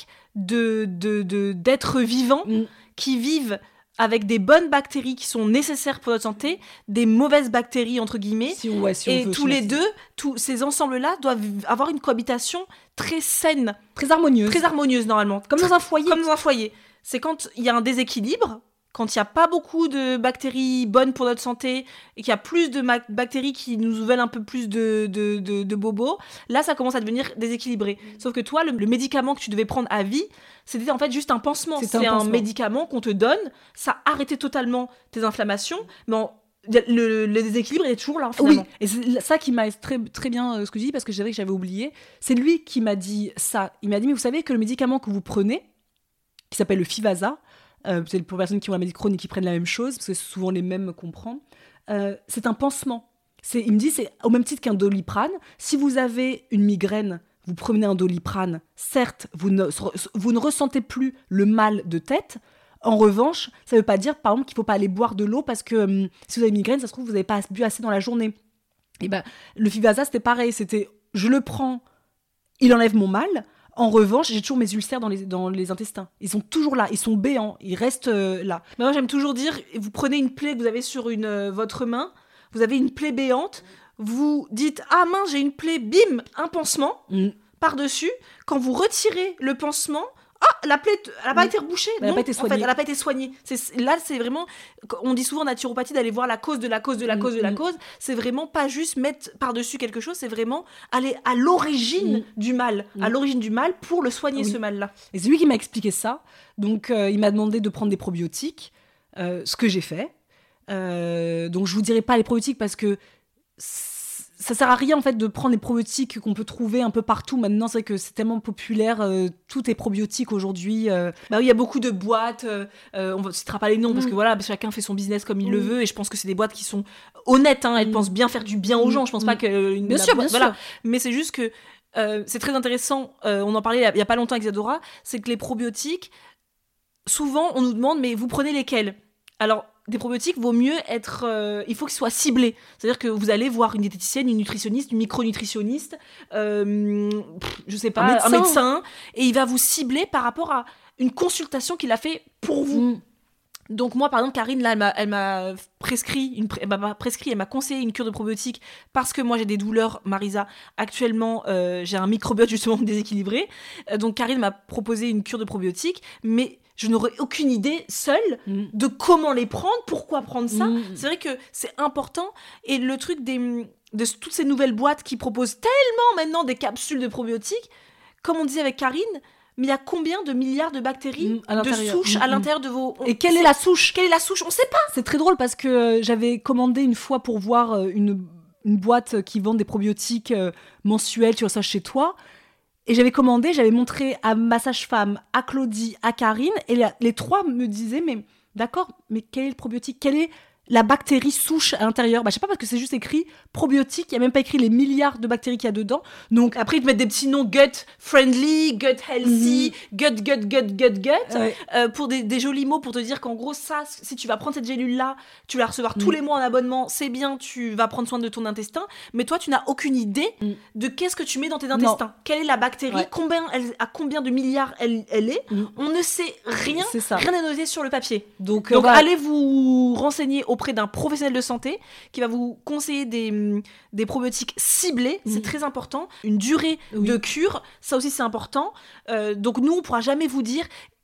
kg d'êtres vivants qui vivent avec des bonnes bactéries qui sont nécessaires pour notre santé, des mauvaises bactéries, entre guillemets. Si on et veut, tous les deux, tous ces ensembles-là doivent avoir une cohabitation très saine. Très harmonieuse. Très harmonieuse, normalement. Comme dans un foyer. Comme dans un foyer. C'est quand il y a un déséquilibre, quand il n'y a pas beaucoup de bactéries bonnes pour notre santé et qu'il y a plus de bactéries qui nous veulent un peu plus de bobos, là, ça commence à devenir déséquilibré. Sauf que toi, le médicament que tu devais prendre à vie, c'était en fait juste un pansement. C'est un médicament qu'on te donne, ça arrêtait totalement tes inflammations, mais le déséquilibre est toujours là, finalement. Oui, et c'est ça qui m'a très, très bien ce que je dis, parce que j'avais oublié. C'est lui qui m'a dit ça. Il m'a dit, mais vous savez que le médicament que vous prenez, qui s'appelle le Fivasa, c'est pour les personnes qui ont la maladie de Crohn et qui prennent la même chose, parce que c'est souvent les mêmes qu'on prend, c'est un pansement. Il me dit, c'est au même titre qu'un Doliprane. Si vous avez une migraine, vous prenez un Doliprane, certes, vous ne ressentez plus le mal de tête. En revanche, ça ne veut pas dire, par exemple, qu'il ne faut pas aller boire de l'eau parce que si vous avez une migraine, ça se trouve, vous n'avez pas bu assez dans la journée. Et ben, le Fivasa, c'était pareil. C'était, je le prends, il enlève mon mal. En revanche, j'ai toujours mes ulcères dans les intestins. Ils sont toujours là, ils sont béants, ils restent là. Mais moi, j'aime toujours dire, vous prenez une plaie que vous avez sur votre main, vous avez une plaie béante, vous dites, ah mince, j'ai une plaie, bim, un pansement par-dessus. Quand vous retirez le pansement, la plaie, elle n'a pas été rebouchée. Elle n'a pas été soignée. En fait, elle n'a pas été soignée. Là, c'est vraiment... On dit souvent en naturopathie d'aller voir la cause de la cause de la cause de la cause. C'est vraiment pas juste mettre par-dessus quelque chose, c'est vraiment aller à l'origine du mal. À l'origine du mal pour le soigner, ce mal-là. Et c'est lui qui m'a expliqué ça. Donc, il m'a demandé de prendre des probiotiques, ce que j'ai fait. Donc, je vous dirai pas les probiotiques parce que... ça sert à rien en fait de prendre les probiotiques qu'on peut trouver un peu partout maintenant. C'est vrai que c'est tellement populaire, tout est probiotique aujourd'hui. Bah oui, il y a beaucoup de boîtes, on ne citera pas les noms parce que voilà, chacun fait son business comme il le veut, et je pense que c'est des boîtes qui sont honnêtes, elles pensent bien faire du bien aux gens. Je pense pas que bien sûr. Voilà. Mais c'est juste que c'est très intéressant, on en parlait il y a pas longtemps avec Isadora, c'est que les probiotiques, souvent on nous demande mais vous prenez lesquels? Alors des probiotiques, vaut mieux il faut qu'ils soient ciblés. C'est-à-dire que vous allez voir une diététicienne, une nutritionniste, une micronutritionniste, je sais pas, un médecin, et il va vous cibler par rapport à une consultation qu'il a fait pour vous. Donc moi, par exemple, Karine, là, elle m'a conseillé une cure de probiotiques parce que moi, j'ai des douleurs, Marisa. Actuellement, j'ai un microbiote justement déséquilibré. Donc Karine m'a proposé une cure de probiotiques, mais je n'aurais aucune idée seule de comment les prendre, pourquoi prendre ça. C'est vrai que c'est important. Et le truc de toutes ces nouvelles boîtes qui proposent tellement maintenant des capsules de probiotiques, comme on disait avec Karine, mais il y a combien de milliards de bactéries, de souches à l'intérieur de vos... Et quelle est la souche? Quelle est la souche? On ne sait pas. C'est très drôle parce que j'avais commandé une fois pour voir une boîte qui vend des probiotiques mensuels, tu vois ça chez toi. Et j'avais montré à ma sage-femme, à Claudie, à Karine, et les trois me disaient, mais d'accord, mais quel est le probiotique? Quelle est la bactérie souche à l'intérieur? Je sais pas, parce que c'est juste écrit probiotique, il n'y a même pas écrit les milliards de bactéries qu'il y a dedans. Donc après, ils te mettent des petits noms gut friendly, gut healthy, gut, pour des jolis mots pour te dire qu'en gros, ça, si tu vas prendre cette gélule-là, tu vas la recevoir tous les mois en abonnement, c'est bien, tu vas prendre soin de ton intestin, mais toi, tu n'as aucune idée de qu'est-ce que tu mets dans tes intestins. Quelle est la bactérie, à combien de milliards elle est. On ne sait rien, rien n'est noté sur le papier. Donc allez vous renseigner auprès d'un professionnel de santé qui va vous conseiller des probiotiques ciblés, c'est très important. Une durée de cure, ça aussi c'est important. Donc nous, on pourra jamais vous dire,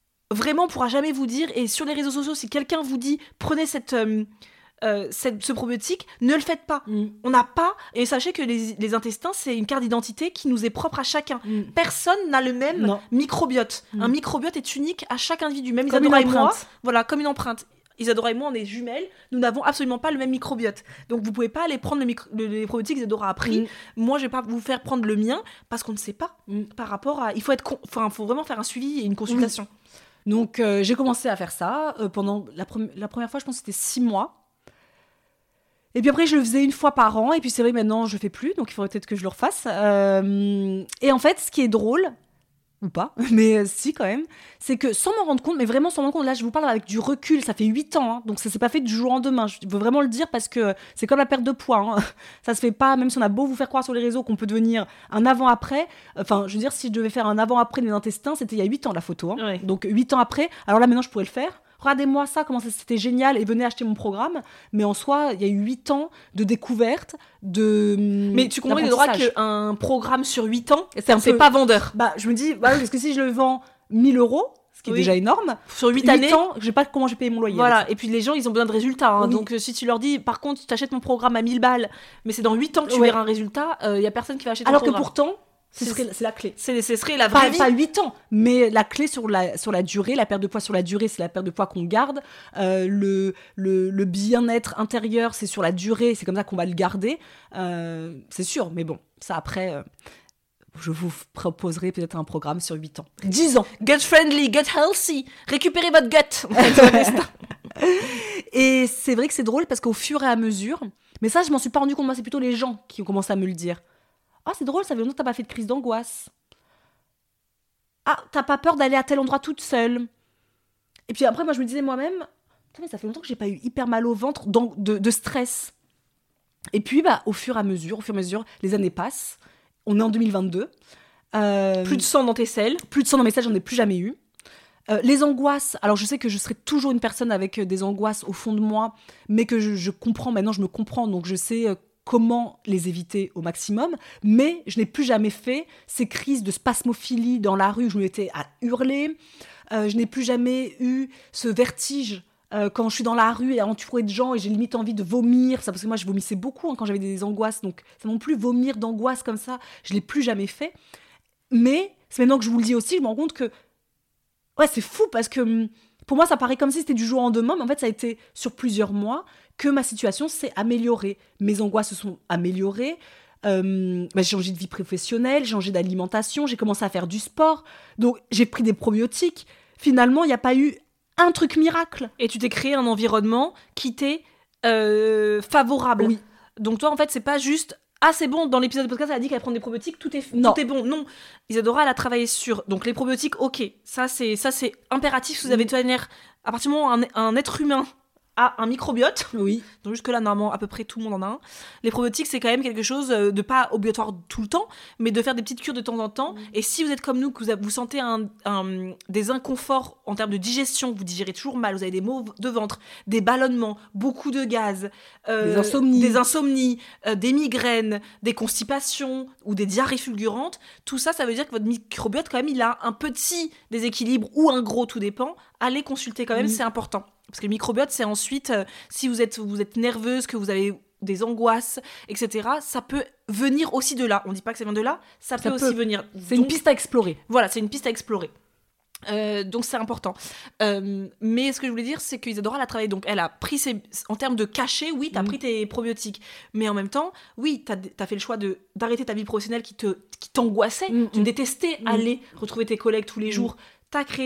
et sur les réseaux sociaux, si quelqu'un vous dit prenez ce probiotique, ne le faites pas. On n'a pas, et sachez que les intestins, c'est une carte d'identité qui nous est propre à chacun. Personne n'a le même microbiote. Un microbiote est unique à chaque individu, même Isadora et moi, voilà, comme une empreinte. Isadora et moi, on est jumelles, nous n'avons absolument pas le même microbiote. Donc vous pouvez pas aller prendre les probiotiques qu'Isadora a pris. Moi, je vais pas vous faire prendre le mien parce qu'on ne sait pas par rapport à... Il faut faut vraiment faire un suivi et une consultation. Donc j'ai commencé à faire ça pendant la première fois, je pense que c'était 6 mois. Et puis après, je le faisais une fois par an. Et puis c'est vrai, maintenant, je fais plus. Donc il faudrait peut-être que je le refasse. Et en fait, ce qui est drôle... ou pas, mais si quand même, c'est que sans m'en rendre compte, mais vraiment sans m'en rendre compte, là je vous parle avec du recul, ça fait 8 ans, donc ça s'est pas fait du jour au lendemain, je veux vraiment le dire parce que c'est comme la perte de poids, ça se fait pas, même si on a beau vous faire croire sur les réseaux qu'on peut devenir un avant-après, enfin je veux dire, si je devais faire un avant-après de mes intestins, c'était il y a 8 ans la photo, donc 8 ans après, alors là maintenant je pourrais le faire. Regardez-moi ça, comment ça, c'était génial, et venez acheter mon programme. Mais en soi, il y a eu 8 ans de découverte, Mais tu comprends, Isadora, qu'un programme sur 8 ans, c'est pas vendeur. Je me dis, parce que si je le vends 1 000 €, ce qui est Oui. déjà énorme. Sur 8 8 années. ans, je sais pas comment j'ai payé mon loyer. Voilà, avec ça. et puis les gens, ils ont besoin de résultats. Hein. Oui. Donc, si tu leur dis, par contre, tu t'achètes mon programme à 1000 balles, mais c'est dans 8 ans que tu Ouais. verras un résultat, il y a personne qui va acheter ton Alors que programme. pourtant, c'est C'est- la clé. ce serait la vraie vie. Pas 8 ans, mais la clé sur la durée, la perte de poids sur la durée, c'est la perte de poids qu'on garde. Le bien-être intérieur, c'est sur la durée, c'est comme ça qu'on va le garder. C'est sûr, mais bon, ça après, je vous proposerai peut-être un programme sur 8 ans. 10 ans. Gut friendly, gut healthy. Récupérez votre gut. Et c'est vrai que c'est drôle parce qu'au fur et à mesure, mais ça, je m'en suis pas rendu compte, moi, c'est plutôt les gens qui ont commencé à me le dire. Ah, c'est drôle, ça fait longtemps que t'as pas fait de crise d'angoisse. Ah, t'as pas peur d'aller à tel endroit toute seule. Et puis après, moi, je me disais moi-même, putain, mais ça fait longtemps que j'ai pas eu hyper mal au ventre de stress. Et puis, bah, au fur et à mesure, les années passent. On est en 2022. Plus de sang dans tes selles. Plus de sang dans mes selles, j'en ai plus jamais eu. Les angoisses, alors je sais que je serai toujours une personne avec des angoisses au fond de moi, mais que je comprends, maintenant je me comprends, donc je sais comment les éviter au maximum, mais je n'ai plus jamais fait ces crises de spasmophilie dans la rue où je me mettais à hurler, je n'ai plus jamais eu ce vertige quand je suis dans la rue et entourée de gens et j'ai limite envie de vomir, ça, parce que moi je vomissais beaucoup quand j'avais des angoisses, donc ça non plus vomir d'angoisse comme ça, je l'ai plus jamais fait, mais c'est maintenant que je vous le dis aussi, je me rends compte que ouais, c'est fou parce que pour moi, ça paraît comme si c'était du jour au lendemain, mais en fait, ça a été sur plusieurs mois que ma situation s'est améliorée. Mes angoisses se sont améliorées. J'ai changé de vie professionnelle, j'ai changé d'alimentation, j'ai commencé à faire du sport. Donc, j'ai pris des probiotiques. Finalement, il n'y a pas eu un truc miracle. Et tu t'es créé un environnement qui t'est favorable. Oui. Donc toi, en fait, c'est pas juste... Ah, c'est bon, dans l'épisode de podcast, elle a dit qu'elle prend des probiotiques, tout est bon. Non, Isadora, elle a travaillé sur... Donc les probiotiques, ok, ça c'est impératif si vous avez de toute manière... À partir du moment où un être humain a un microbiote, Oui. donc jusque-là, normalement, à peu près tout le monde en a un, les probiotiques, c'est quand même quelque chose de pas obligatoire tout le temps, mais de faire des petites cures de temps en temps. Et si vous êtes comme nous, que vous sentez des inconforts en termes de digestion, vous digérez toujours mal, vous avez des maux de ventre, des ballonnements, beaucoup de gaz, des insomnies, des migraines, des constipations ou des diarrhées fulgurantes, tout ça, ça veut dire que votre microbiote, quand même, il a un petit déséquilibre ou un gros, tout dépend. Allez consulter quand même, c'est important. Parce que le microbiote, c'est ensuite, si vous êtes nerveuse, que vous avez des angoisses, etc., ça peut venir aussi de là. On ne dit pas que ça vient de là, ça peut aussi venir. C'est une piste à explorer. Voilà, c'est une piste à explorer. Donc c'est important. Mais ce que je voulais dire, c'est qu'Isadora, elle a travaillé. Donc elle a pris en termes de cachet, oui, t'as pris tes probiotiques. Mais en même temps, oui, t'as fait le choix d'arrêter ta vie professionnelle qui t'angoissait. Tu détestais aller retrouver tes collègues tous les jours. T'as créé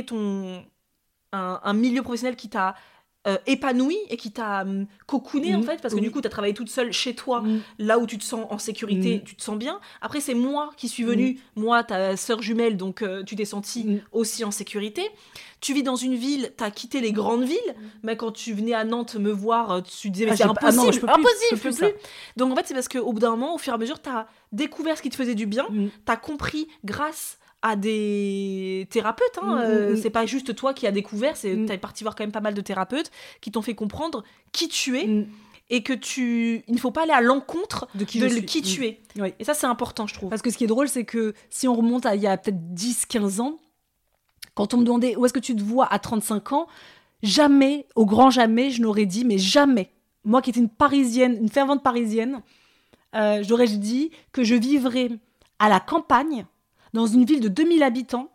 un milieu professionnel qui t'a épanoui et qui t'a cocooné en fait, parce que du coup t'as travaillé toute seule chez toi, là où tu te sens en sécurité, tu te sens bien. Après c'est moi qui suis venue, moi ta sœur jumelle, donc tu t'es sentie aussi en sécurité. Tu vis dans une ville, t'as quitté les grandes villes, mais quand tu venais à Nantes me voir, tu disais mais c'est impossible, je peux plus. Donc en fait c'est parce qu'au bout d'un moment, au fur et à mesure, t'as découvert ce qui te faisait du bien, t'as compris grâce à des thérapeutes, c'est pas juste toi qui as découvert, t'es parti voir quand même pas mal de thérapeutes qui t'ont fait comprendre qui tu es et que il ne faut pas aller à l'encontre de qui tu es. Oui. Et ça c'est important, je trouve. Parce que ce qui est drôle, c'est que si on remonte à il y a peut-être 10-15 ans, quand on me demandait où est-ce que tu te vois à 35 ans, jamais, au grand jamais, je n'aurais dit, mais jamais, moi qui étais une fervente parisienne, j'aurais dit que je vivrais à la campagne, dans une ville de 2000 habitants,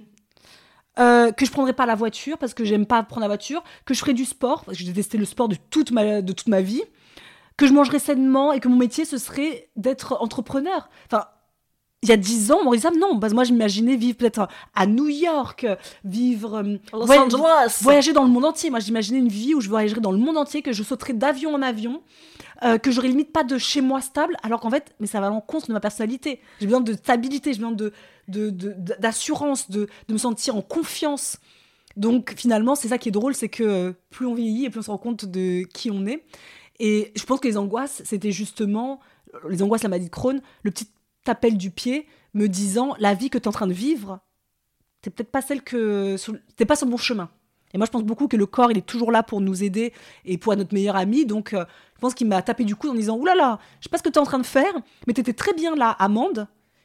que je prendrais pas la voiture parce que j'aime pas prendre la voiture, que je ferais du sport parce que j'ai détesté le sport de toute ma vie, que je mangerais sainement et que mon métier ce serait d'être entrepreneur. Enfin, il y a 10 ans, on m'aurait dit ça, non, parce que moi je m'imaginais vivre peut-être à New York, vivre Los Angeles, voyager dans le monde entier. Moi j'imaginais une vie où je voyagerais dans le monde entier, que je sauterais d'avion en avion, que j'aurais limite pas de chez moi stable, alors qu'en fait, mais ça va à l'encontre de ma personnalité. J'ai besoin de stabilité, j'ai besoin d'assurance, de me sentir en confiance. Donc finalement, c'est ça qui est drôle, c'est que plus on vieillit et plus on se rend compte de qui on est. Et je pense que les angoisses, c'était justement, les angoisses, la maladie de Crohn, le petit appel du pied me disant, la vie que tu es en train de vivre, t'es peut-être pas t'es pas sur le bon chemin. Et moi, je pense beaucoup que le corps, il est toujours là pour nous aider et pour être notre meilleur ami. Donc, je pense qu'il m'a tapé du coude en disant, oulala, je sais pas ce que tu es en train de faire, mais tu étais très bien là, Amande.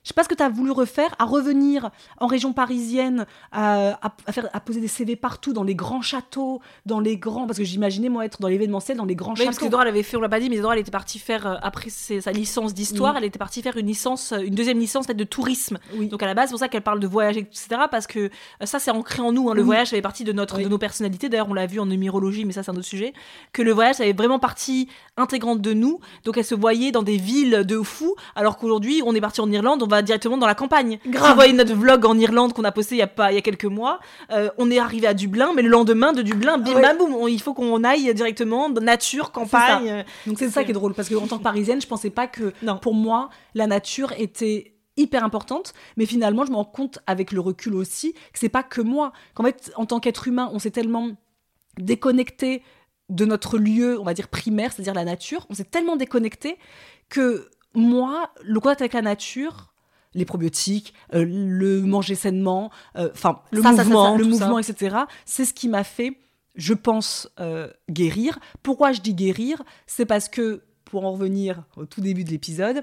Je sais pas ce que tu as voulu refaire, à revenir en région parisienne, à poser des CV partout, dans les grands châteaux, dans les grands... Parce que j'imaginais, moi, être dans l'événementiel, dans les grands châteaux. Parce que Dora, elle avait fait, on l'a pas dit, mais Dora, elle était partie faire, après sa licence d'histoire, elle était partie faire une deuxième licence de tourisme. Oui. Donc à la base, c'est pour ça qu'elle parle de voyage, etc. Parce que ça, c'est ancré en nous. Le voyage, ça fait partie de nos personnalités. D'ailleurs, on l'a vu en numérologie, mais ça, c'est un autre sujet. Que le voyage, ça fait vraiment partie intégrante de nous. Donc elle se voyait dans des villes de fou, alors qu'aujourd'hui, on est parti en Irlande, on va directement dans la campagne. Grave. Vous voyez notre vlog en Irlande qu'on a posté il y a quelques mois. On est arrivé à Dublin, mais le lendemain de Dublin, bim bam boum, il faut qu'on aille directement dans nature, campagne. Donc c'est ça qui est drôle, parce qu'en tant que parisienne, je pensais pas que pour moi la nature était hyper importante, mais finalement je me rends compte avec le recul aussi que c'est pas que moi, qu'en fait en tant qu'être humain, on s'est tellement déconnecté de notre lieu, on va dire primaire, c'est-à-dire la nature, on s'est tellement déconnecté que moi, le contact avec la nature, les probiotiques, le manger sainement, le mouvement, etc., c'est ce qui m'a fait, je pense, guérir. Pourquoi je dis guérir ? C'est parce que, pour en revenir au tout début de l'épisode,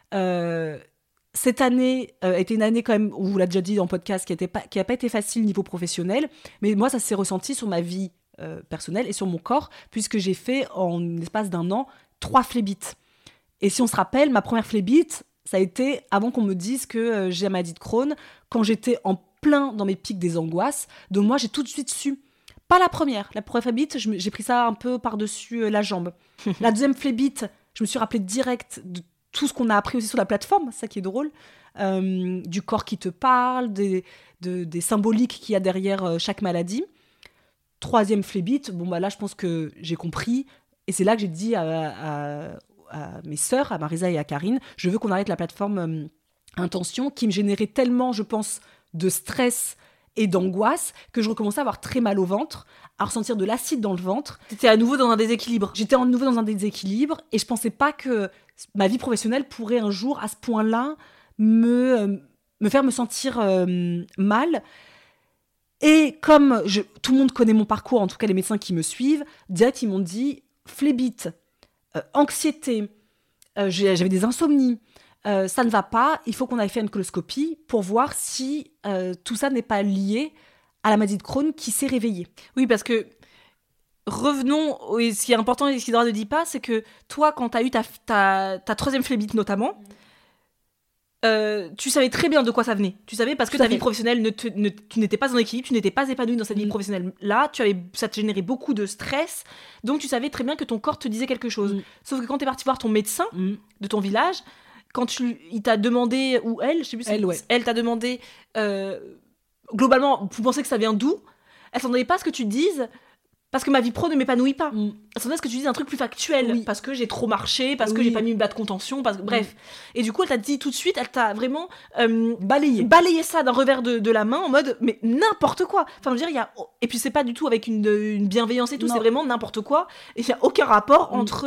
cette année était une année quand même, on vous l'a déjà dit dans le podcast, qui n'a pas été facile niveau professionnel, mais moi, ça s'est ressenti sur ma vie personnelle et sur mon corps, puisque j'ai fait, en l'espace d'1 an, 3 phlébites. Et si on se rappelle, ma première phlébite, ça a été avant qu'on me dise que j'ai la maladie de Crohn, quand j'étais en plein dans mes pics des angoisses. Donc moi, j'ai tout de suite su. Pas la première phlébite, j'ai pris ça un peu par-dessus la jambe. La deuxième phlébite, je me suis rappelée direct de tout ce qu'on a appris aussi sur la plateforme, c'est ça qui est drôle, du corps qui te parle, des symboliques qu'il y a derrière chaque maladie. Troisième phlébite, là, je pense que j'ai compris. Et c'est là que j'ai dit à mes sœurs, à Marisa et à Karine, je veux qu'on arrête la plateforme Intention, qui me générait tellement, je pense, de stress et d'angoisse que je recommençais à avoir très mal au ventre, à ressentir de l'acide dans le ventre. J'étais à nouveau dans un déséquilibre. J'étais à nouveau dans un déséquilibre et je pensais pas que ma vie professionnelle pourrait un jour, à ce point-là, me faire me sentir mal. Et comme tout le monde connaît mon parcours, en tout cas les médecins qui me suivent, direct, ils m'ont dit phlébite, anxiété, j'avais des insomnies, ça ne va pas, il faut qu'on aille faire une coloscopie pour voir si tout ça n'est pas lié à la maladie de Crohn qui s'est réveillée. Oui, parce que revenons, ce qui est important et ce qu'Idora ne dit pas, c'est que toi, quand tu as eu ta troisième phlébite notamment, tu savais très bien de quoi ça venait. Tu savais parce que ta vie professionnelle, tu n'étais pas en équilibre, tu n'étais pas épanouie dans cette vie professionnelle-là, ça te générait beaucoup de stress, donc tu savais très bien que ton corps te disait quelque chose. Sauf que quand tu es parti voir ton médecin de ton village, quand il t'a demandé, ou elle, je sais plus, elle t'a demandé, globalement, vous pensez que ça vient d'où ? Elle s'entendait pas à ce que tu dises, parce que ma vie pro ne m'épanouit pas. Elle s'entendait à ce que tu dises un truc plus factuel, parce que j'ai trop marché, parce que j'ai pas mis une bas de contention, bref. Et du coup, elle t'a dit tout de suite, elle t'a vraiment balayé ça d'un revers de la main, en mode, mais n'importe quoi. Enfin, je veux dire, et puis c'est pas du tout avec une bienveillance et tout, c'est vraiment n'importe quoi, et il y a aucun rapport entre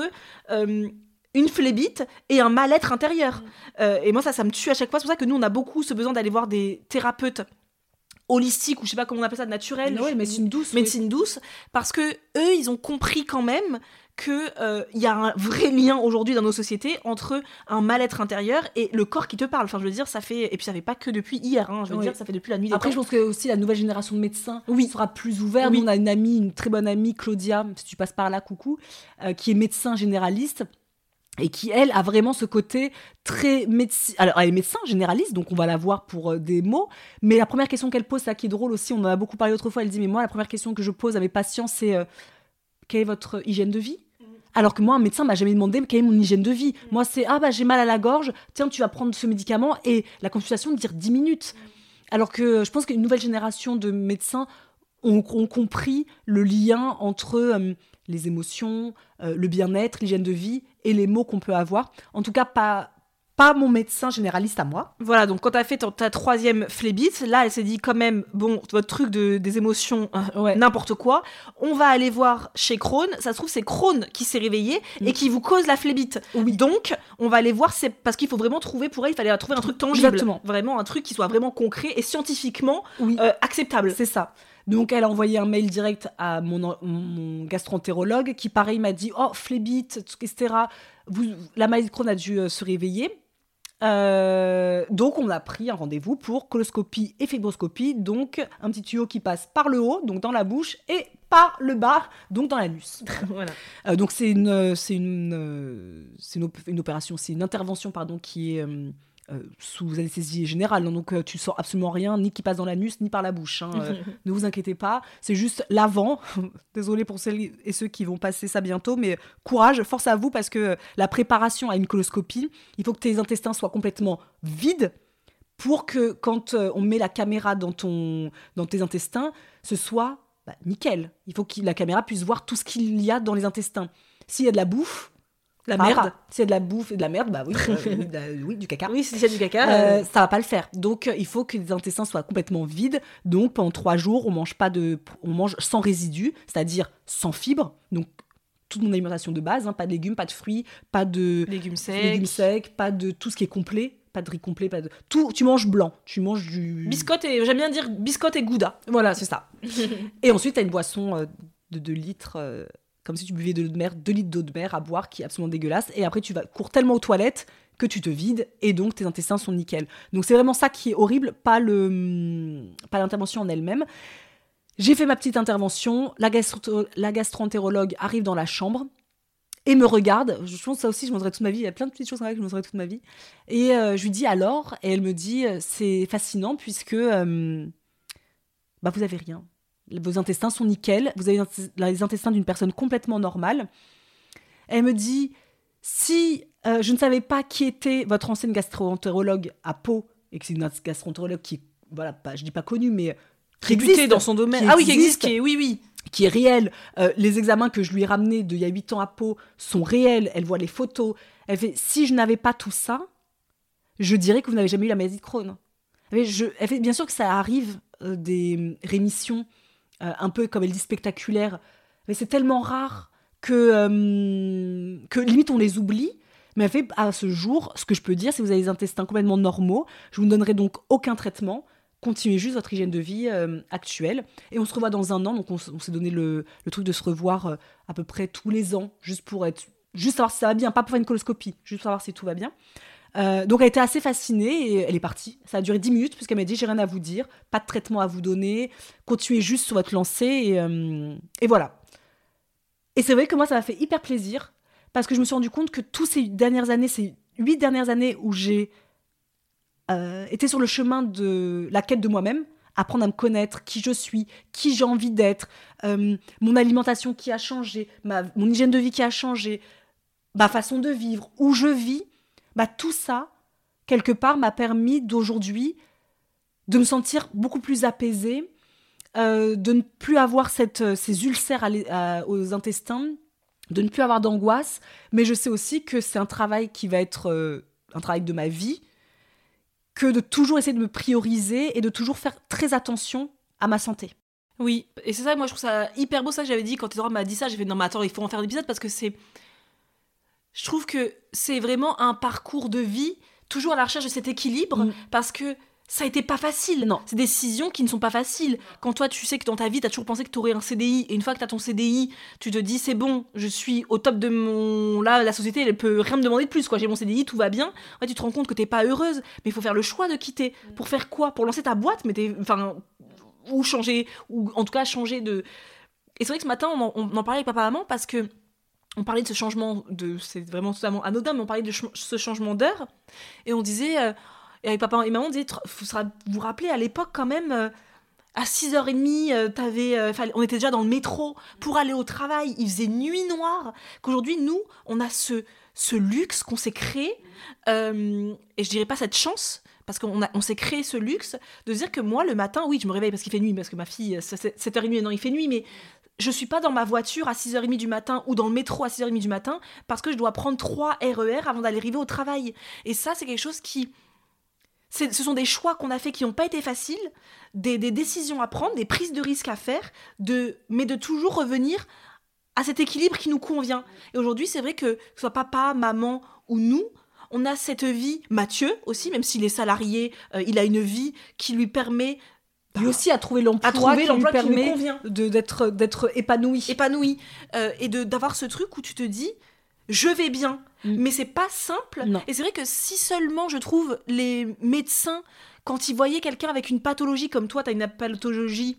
une phlébite et un mal-être intérieur. Et moi, ça me tue à chaque fois. C'est pour ça que nous, on a beaucoup ce besoin d'aller voir des thérapeutes holistiques, ou je sais pas comment on appelle ça, naturels, médecine douce, parce que eux, ils ont compris quand même que y a un vrai lien aujourd'hui dans nos sociétés entre un mal-être intérieur et le corps qui te parle. Enfin, je veux dire, ça fait pas que depuis hier, je veux dire, ça fait depuis la nuit des temps. Après, je pense que aussi la nouvelle génération de médecins sera plus ouverte. Nous, on a une très bonne amie, Claudia, si tu passes par là, coucou, qui est médecin généraliste, et qui, elle, a vraiment ce côté très médecin. Alors, elle est médecin généraliste, donc on va la voir pour des mots. Mais la première question qu'elle pose, ça qui est drôle aussi, on en a beaucoup parlé autrefois, elle dit, mais moi, la première question que je pose à mes patients, c'est quelle est votre hygiène de vie ? Alors que moi, un médecin m'a jamais demandé quelle est mon hygiène de vie. Moi, c'est, j'ai mal à la gorge, tiens, tu vas prendre ce médicament, et la consultation dure 10 minutes. Alors que je pense qu'une nouvelle génération de médecins ont compris le lien entre les émotions, le bien-être, l'hygiène de vie et les mots qu'on peut avoir. En tout cas, pas mon médecin généraliste à moi. Voilà, donc quand t'as fait ta troisième phlébite, là, elle s'est dit quand même, bon, votre truc des émotions, n'importe quoi, on va aller voir chez Crohn. Ça se trouve, c'est Crohn qui s'est réveillé et qui vous cause la phlébite. Oui. Donc, on va aller voir, parce qu'il faut vraiment trouver, pour elle, il fallait trouver un truc tangible. Exactement. Vraiment un truc qui soit vraiment concret et scientifiquement acceptable. C'est ça. Donc, elle a envoyé un mail direct à mon gastro-entérologue qui, pareil, m'a dit « Oh, phlébite, etc. La maladie de Crohn a dû se réveiller. Donc, on a pris un rendez-vous pour coloscopie et fibroscopie, donc un petit tuyau qui passe par le haut, donc dans la bouche, et par le bas, donc dans l'anus. Voilà. Donc, c'est une opération, c'est une intervention, pardon, qui est sous anesthésie générale. Donc, tu sens absolument rien, ni qui passe dans l'anus, ni par la bouche. Hein. Ne vous inquiétez pas. C'est juste l'avant. Désolée pour celles et ceux qui vont passer ça bientôt, mais courage, force à vous, parce que la préparation à une coloscopie, il faut que tes intestins soient complètement vides pour que quand on met la caméra dans tes intestins, ce soit nickel. Il faut que la caméra puisse voir tout ce qu'il y a dans les intestins. S'il y a de la bouffe, La merde. S'il y a de la bouffe et de la merde, bah oui, oui, du caca. Oui, s'il y a du caca. Ça va pas le faire. Donc, il faut que les intestins soient complètement vides. Donc, pendant 3 jours, on mange sans résidus, c'est-à-dire sans fibres. Donc, toute mon alimentation de base, hein, pas de légumes, pas de fruits, pas de Légumes secs. pas de tout ce qui est complet, pas de riz complet, pas de tout. Tu manges blanc. Tu manges du Biscotte et j'aime bien dire biscotte et gouda. Voilà, c'est ça. Et ensuite, tu as une boisson de 2 litres. Comme si tu buvais de l'eau de mer, 2 litres d'eau de mer à boire, qui est absolument dégueulasse. Et après, tu cours tellement aux toilettes que tu te vides et donc tes intestins sont nickel. Donc, c'est vraiment ça qui est horrible, pas l'intervention en elle-même. J'ai fait ma petite intervention. La gastro-entérologue arrive dans la chambre et me regarde. Je pense que ça aussi, je m'en toute ma vie. Il y a plein de petites choses comme ça que je m'en toute ma vie. Et je lui dis alors, et elle me dit c'est fascinant puisque vous avez rien. Vos intestins sont nickel, vous avez les intestins d'une personne complètement normale. Elle me dit, si je ne savais pas qui était votre ancienne gastro-entérologue à Pau, et que c'est une gastro-entérologue qui, voilà, je dis pas connue, mais qui existe dans son domaine. Qui existe, oui. Qui est réelle. Les examens que je lui ai ramenés d'il y a 8 ans à Pau sont réels, elle voit les photos. Elle fait, si je n'avais pas tout ça, je dirais que vous n'avez jamais eu la maladie de Crohn. Elle fait, bien sûr que ça arrive, des rémissions, un peu, comme elle dit, spectaculaire. Mais c'est tellement rare que limite on les oublie. Mais elle fait, à ce jour, ce que je peux dire, si vous avez des intestins complètement normaux, je vous ne donnerai donc aucun traitement. Continuez juste votre hygiène de vie actuelle. Et on se revoit dans 1 an. Donc on s'est donné le truc de se revoir à peu près tous les ans, juste savoir si ça va bien, pas pour faire une coloscopie, juste pour savoir si tout va bien. Donc elle était assez fascinée et elle est partie. Ça a duré 10 minutes puisqu'elle m'a dit j'ai rien à vous dire, pas de traitement à vous donner, continuez juste sur votre lancée et voilà. Et c'est vrai que moi ça m'a fait hyper plaisir parce que je me suis rendu compte que toutes ces 8 dernières années où j'ai été sur le chemin de la quête de moi-même, apprendre à me connaître, qui je suis, qui j'ai envie d'être, mon alimentation qui a changé, mon hygiène de vie qui a changé, ma façon de vivre, où je vis, tout ça, quelque part, m'a permis d'aujourd'hui de me sentir beaucoup plus apaisée, de ne plus avoir ces ulcères aux intestins, de ne plus avoir d'angoisse. Mais je sais aussi que c'est un travail qui va être un travail de ma vie, que de toujours essayer de me prioriser et de toujours faire très attention à ma santé. Oui, et c'est ça, moi je trouve ça hyper beau, ça que j'avais dit, quand Théodore m'a dit ça, j'ai fait non mais attends, il faut en faire un épisode parce que je trouve que c'est vraiment un parcours de vie, toujours à la recherche de cet équilibre, parce que ça a été pas facile. Non. C'est des décisions qui ne sont pas faciles. Quand toi, tu sais que dans ta vie, t'as toujours pensé que t'aurais un CDI, et une fois que t'as ton CDI, tu te dis, c'est bon, je suis au top de mon... Là, la société, elle peut rien me demander de plus, quoi. J'ai mon CDI, tout va bien. En fait, tu te rends compte que t'es pas heureuse, mais il faut faire le choix de quitter. Pour faire quoi ? Pour lancer ta boîte, mais ou changer, ou en tout cas changer de... Et c'est vrai que ce matin, on en parlait avec papa-maman, parce que on parlait de ce changement c'est vraiment totalement anodin, mais on parlait de ce changement d'heure, et on disait, et avec papa et maman, on disait, vous vous rappelez, à l'époque quand même, à 6h30, on était déjà dans le métro pour aller au travail, il faisait nuit noire, qu'aujourd'hui, nous, on a ce luxe qu'on s'est créé, et je dirais pas cette chance, parce qu'on s'est créé ce luxe de dire que moi, le matin, oui, je me réveille parce qu'il fait nuit, parce que ma fille, 7h30, non, il fait nuit, mais je suis pas dans ma voiture à 6h30 du matin ou dans le métro à 6h30 du matin parce que je dois prendre 3 RER avant d'aller arriver au travail. Et ça, c'est quelque chose ce sont des choix qu'on a fait qui n'ont pas été faciles, des décisions à prendre, des prises de risques à faire, mais de toujours revenir à cet équilibre qui nous convient. Et aujourd'hui, c'est vrai que ce soit papa, maman ou nous, on a cette vie, Mathieu aussi, même s'il est salarié, il a une vie qui lui permet... Lui aussi a trouvé l'emploi qui lui permet d'être épanoui. Et d'avoir ce truc où tu te dis, je vais bien, mais c'est pas simple. Non. Et c'est vrai que si seulement, je trouve, les médecins, quand ils voyaient quelqu'un avec une pathologie comme toi, t'as une pathologie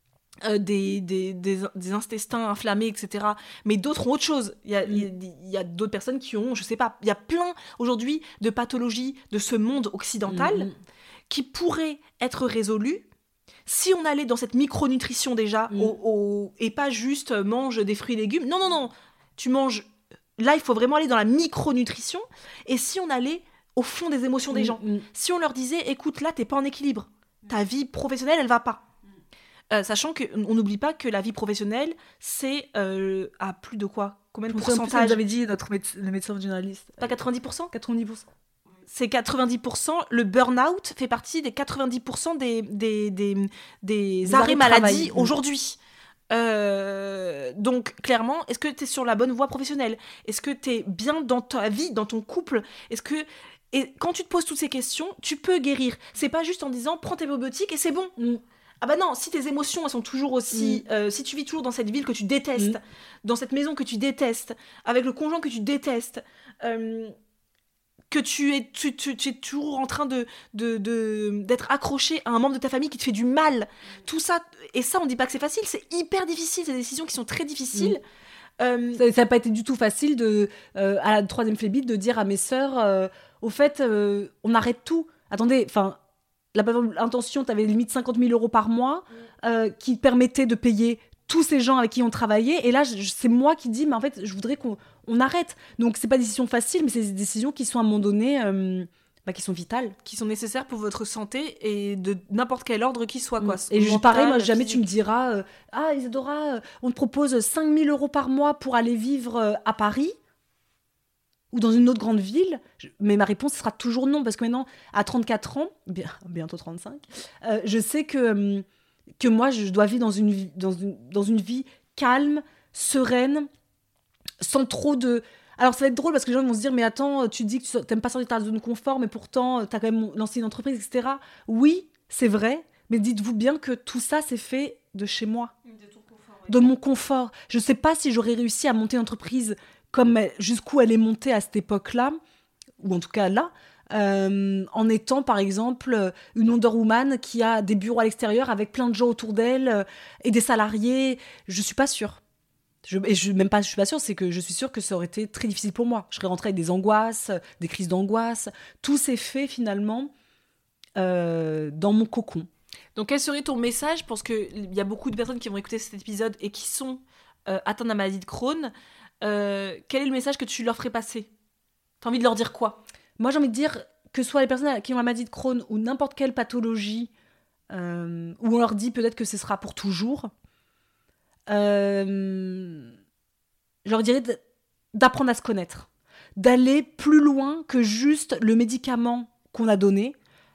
des intestins inflammés, etc. Mais d'autres ont autre chose. Il y a d'autres personnes qui ont, je sais pas, il y a plein aujourd'hui de pathologies de ce monde occidental qui pourraient être résolues si on allait dans cette micronutrition déjà, et pas juste mange des fruits et légumes. Non, tu manges... Là, il faut vraiment aller dans la micronutrition. Et si on allait au fond des émotions des gens, si on leur disait, écoute, là, t'es pas en équilibre. Ta vie professionnelle, elle va pas. Sachant qu'on n'oublie pas que la vie professionnelle, c'est à plus de quoi ? Combien de pourcentage ? Vous avez dit le médecin généraliste. Pas 90% ? 90%. C'est 90%. Le burn-out fait partie des 90% des arrêts maladie aujourd'hui. Donc, clairement, est-ce que tu es sur la bonne voie professionnelle ? Est-ce que tu es bien dans ta vie, dans ton couple ? Et quand tu te poses toutes ces questions, tu peux guérir. C'est pas juste en disant « prends tes probiotiques et c'est bon ». Ah bah non, si tes émotions elles sont toujours aussi... si tu vis toujours dans cette ville que tu détestes, dans cette maison que tu détestes, avec le conjoint que tu détestes, que tu es toujours en train d'être accroché à un membre de ta famille qui te fait du mal, tout ça, et ça on dit pas que c'est facile, c'est hyper difficile, c'est des décisions qui sont très difficiles. Ça n'a pas été du tout facile à la troisième flébite de dire à mes sœurs, au fait, on arrête tout. Attendez, enfin... L'intention, tu avais limite 50 000 euros par mois qui te permettait de payer tous ces gens avec qui on travaillait. Et là, c'est moi qui dis, mais en fait, je voudrais qu'on arrête. Donc, c'est pas des décisions faciles, mais c'est des décisions qui sont à un moment donné, qui sont vitales. Qui sont nécessaires pour votre santé et de n'importe quel ordre qu'il soit. Quoi. Et pareil, moi, jamais tu me diras, Isadora, on te propose 5 000 euros par mois pour aller vivre à Paris ou dans une autre grande ville, mais ma réponse sera toujours non, parce que maintenant, à 34 ans, bientôt 35, je sais que moi, je dois vivre dans une vie calme, sereine, sans trop de... Alors, ça va être drôle, parce que les gens vont se dire, mais attends, tu dis que tu n'aimes pas sortir de ta zone de confort, mais pourtant, tu as quand même lancé une entreprise, etc. Oui, c'est vrai, mais dites-vous bien que tout ça, c'est fait de chez moi, de mon confort. Je ne sais pas si j'aurais réussi à monter une entreprise jusqu'où elle est montée à cette époque-là, ou en tout cas là, en étant par exemple une Wonder Woman qui a des bureaux à l'extérieur avec plein de gens autour d'elle et des salariés. Je suis pas sûre. Je suis pas sûre, c'est que je suis sûre que ça aurait été très difficile pour moi. Je serais rentrée avec des angoisses, des crises d'angoisse. Tout s'est fait finalement dans mon cocon. Donc quel serait ton message ? Parce qu'il y a beaucoup de personnes qui vont écouter cet épisode et qui sont atteintes de la maladie de Crohn. Quel est le message que tu leur ferais passer ? T'as envie de leur dire quoi ? Moi, j'ai envie de dire que ce soit les personnes qui ont la maladie de Crohn ou n'importe quelle pathologie, où on leur dit peut-être que ce sera pour toujours, je leur dirais d'apprendre à se connaître, d'aller plus loin que juste le médicament qu'on a donné,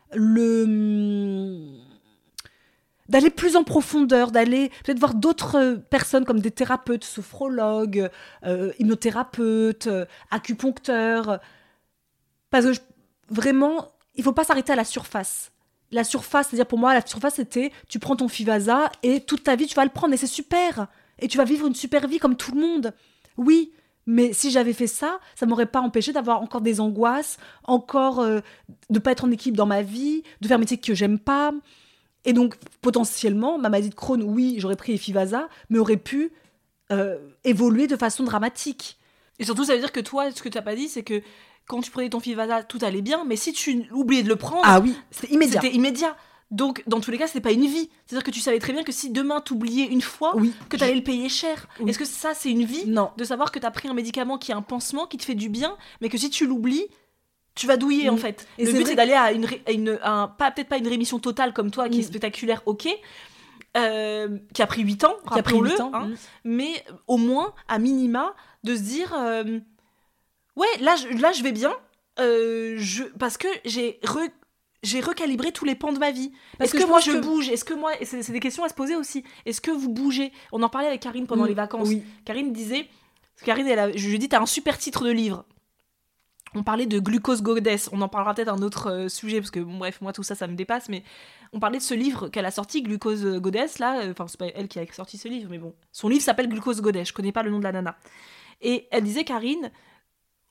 d'aller plus en profondeur, d'aller peut-être voir d'autres personnes comme des thérapeutes, sophrologues, hypnothérapeutes, acupuncteurs. Parce que vraiment, il ne faut pas s'arrêter à la surface. La surface, c'est-à-dire pour moi, la surface, c'était tu prends ton Fivasa et toute ta vie, tu vas le prendre et c'est super. Et tu vas vivre une super vie comme tout le monde. Oui, mais si j'avais fait ça, ça ne m'aurait pas empêché d'avoir encore des angoisses, encore de ne pas être en équilibre dans ma vie, de faire un métier que j'aime pas. Et donc, potentiellement, ma maladie de Crohn, oui, j'aurais pris Fivasa, mais aurait pu évoluer de façon dramatique. Et surtout, ça veut dire que toi, ce que tu n'as pas dit, c'est que quand tu prenais ton Fivasa, tout allait bien, mais si tu oubliais de le prendre, c'était immédiat. Donc, dans tous les cas, c'était pas une vie. C'est-à-dire que tu savais très bien que si demain t'oubliais une fois, que t'allais le payer cher. Oui. Est-ce que ça, c'est une vie ? Non. De savoir que t'as pris un médicament qui est un pansement, qui te fait du bien, mais que si tu l'oublies, tu vas douiller, en fait. Et le but, c'est d'aller à peut-être pas une rémission totale comme toi, qui est spectaculaire, ok, qui a pris 8 ans, rappelons-le, mais au moins, à minima, de se dire, ouais, là, je vais bien, parce que j'ai recalibré tous les pans de ma vie. Est-ce que moi je bouge ? Est-ce que moi... C'est des questions à se poser aussi. Est-ce que vous bougez ? On en parlait avec Karine pendant les vacances. Oui. Karine disait... je lui ai dit, t'as un super titre de livre. On parlait de Glucose Goddess. On en parlera peut-être un autre sujet, parce que bref, moi tout ça, ça me dépasse. Mais on parlait de ce livre qu'elle a sorti, Glucose Goddess, là. Enfin, c'est pas elle qui a sorti ce livre, mais bon. Son livre s'appelle Glucose Goddess. Je connais pas le nom de la nana. Et elle disait, Karine,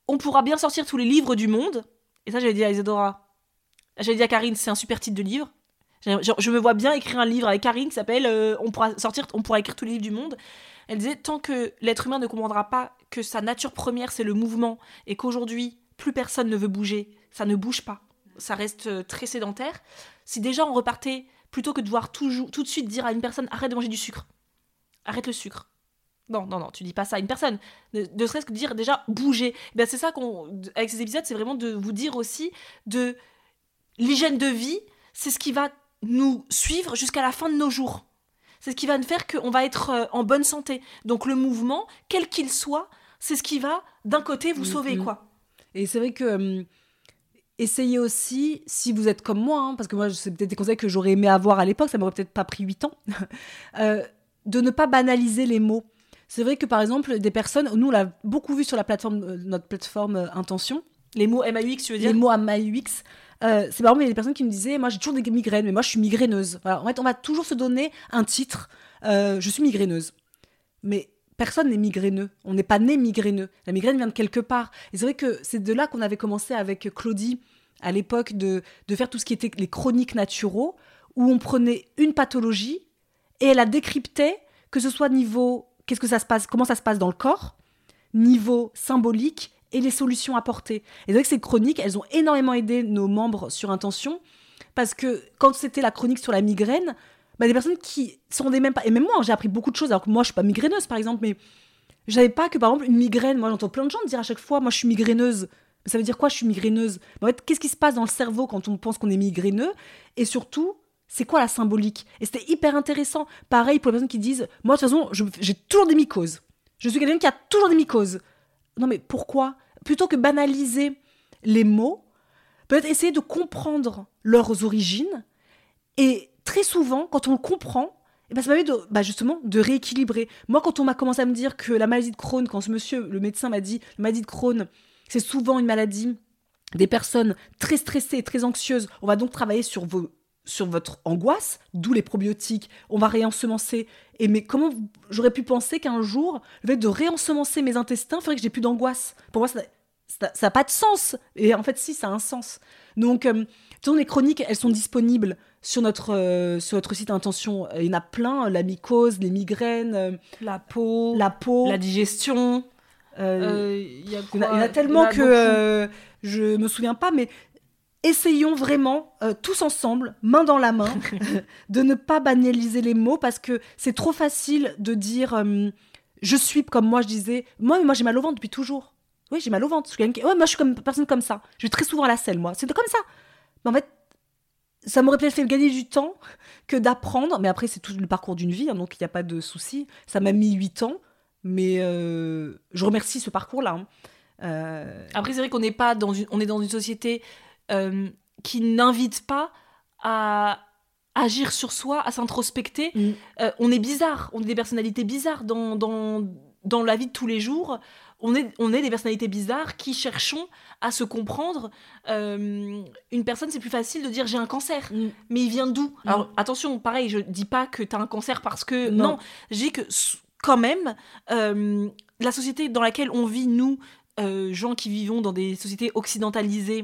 on pourra bien sortir tous les livres du monde. Et ça, j'avais dit à Isadora. J'avais dit à Karine, c'est un super titre de livre. Je me vois bien écrire un livre avec Karine qui s'appelle on pourra écrire tous les livres du monde. Elle disait, tant que l'être humain ne comprendra pas que sa nature première, c'est le mouvement, et qu'aujourd'hui, plus personne ne veut bouger, ça ne bouge pas. Ça reste très sédentaire. Si déjà on repartait, plutôt que de devoir tout de suite dire à une personne, arrête de manger du sucre. Arrête le sucre. Non, tu dis pas ça à une personne. Ne serait-ce que dire déjà bouger. Ben c'est ça avec ces épisodes, c'est vraiment de vous dire aussi de l'hygiène de vie, c'est ce qui va nous suivre jusqu'à la fin de nos jours. C'est ce qui va nous faire qu'on va être en bonne santé. Donc le mouvement, quel qu'il soit, c'est ce qui va d'un côté vous sauver, quoi. Et c'est vrai que essayez aussi, si vous êtes comme moi, hein, parce que moi c'est peut-être des conseils que j'aurais aimé avoir à l'époque, ça m'aurait peut-être pas pris 8 ans, de ne pas banaliser les mots. C'est vrai que par exemple, des personnes, nous on l'a beaucoup vu sur la plateforme, notre plateforme Intention. Les mots MAUX, tu veux dire ? Les mots MAUX. C'est marrant, mais il y a des personnes qui me disaient, moi j'ai toujours des migraines, mais moi je suis migraineuse. Voilà, en fait, on va toujours se donner un titre, je suis migraineuse. Mais personne n'est migraineux, on n'est pas né migraineux. La migraine vient de quelque part. Et c'est vrai que c'est de là qu'on avait commencé avec Claudie, à l'époque, de faire tout ce qui était les chroniques naturaux, où on prenait une pathologie et elle la décryptait, que ce soit niveau... qu'est-ce que ça se passe, comment ça se passe dans le corps, niveau symbolique et les solutions apportées. Et c'est vrai que ces chroniques, elles ont énormément aidé nos membres sur Intention, parce que quand c'était la chronique sur la migraine, des personnes qui s'en rendaient même pas, et même moi, j'ai appris beaucoup de choses, alors que moi, je suis pas migraineuse, par exemple, mais je savais pas que, par exemple, une migraine, moi, j'entends plein de gens dire à chaque fois, moi, je suis migraineuse. Mais ça veut dire quoi, je suis migraineuse ? En fait, qu'est-ce qui se passe dans le cerveau quand on pense qu'on est migraineux ? Et surtout, c'est quoi la symbolique ? Et c'était hyper intéressant. Pareil pour les personnes qui disent, moi, de toute façon, j'ai toujours des mycoses. Je suis quelqu'un qui a toujours des mycoses. Non, mais pourquoi ? Plutôt que banaliser les mots, peut-être essayer de comprendre leurs origines. Et très souvent, quand on le comprend, ça permet justement de rééquilibrer. Moi, quand on m'a commencé à me dire que la maladie de Crohn, quand ce monsieur, le médecin m'a dit, la maladie de Crohn, c'est souvent une maladie des personnes très stressées et très anxieuses. On va donc travailler sur votre angoisse, d'où les probiotiques, on va réensemencer. Mais comment j'aurais pu penser qu'un jour, le fait de réensemencer mes intestins ferait que j'ai plus d'angoisse ? Pour moi, ça n'a pas de sens. Et en fait, si, ça a un sens. Donc, les chroniques, elles sont disponibles sur notre site Intention. Il y en a plein, la mycose, les migraines, la peau, la digestion. Il y en a tellement que je me souviens pas, mais essayons vraiment, tous ensemble, main dans la main, de ne pas banaliser les mots, parce que c'est trop facile de dire je suis, comme moi je disais, moi j'ai mal au ventre depuis toujours. Oui, j'ai mal au ventre. Moi je suis comme personne comme ça. Je vais très souvent à la selle, moi. C'est comme ça. Mais en fait, ça m'aurait peut-être fait gagner du temps que d'apprendre. Mais après, c'est tout le parcours d'une vie, hein, donc il n'y a pas de souci. Ça m'a mis 8 ans, mais je remercie ce parcours-là. Hein. Après, c'est vrai qu'on est dans une société qui n'invite pas à agir sur soi, à s'introspecter. On est bizarre, on est des personnalités bizarres dans la vie de tous les jours. On est des personnalités bizarres qui cherchons à se comprendre. Une personne, c'est plus facile de dire j'ai un cancer, mais il vient d'où ? Alors attention, pareil, je dis pas que t'as un cancer parce que non, je dis que quand même la société dans laquelle on vit, nous, gens qui vivons dans des sociétés occidentalisées,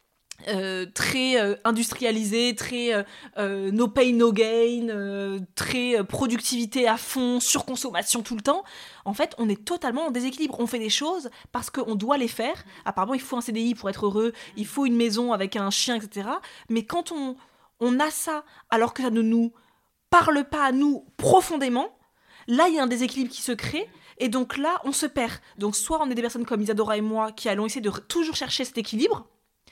très industrialisé, très no pain no gain, très productivité à fond, surconsommation tout le temps. En fait, on est totalement en déséquilibre. On fait des choses parce qu'on doit les faire. Apparemment, il faut un CDI pour être heureux, il faut une maison avec un chien, etc. Mais quand on a ça, alors que ça ne nous parle pas à nous profondément, là, il y a un déséquilibre qui se crée. Et donc là, on se perd. Donc soit on est des personnes comme Isadora et moi qui allons essayer de toujours chercher cet équilibre,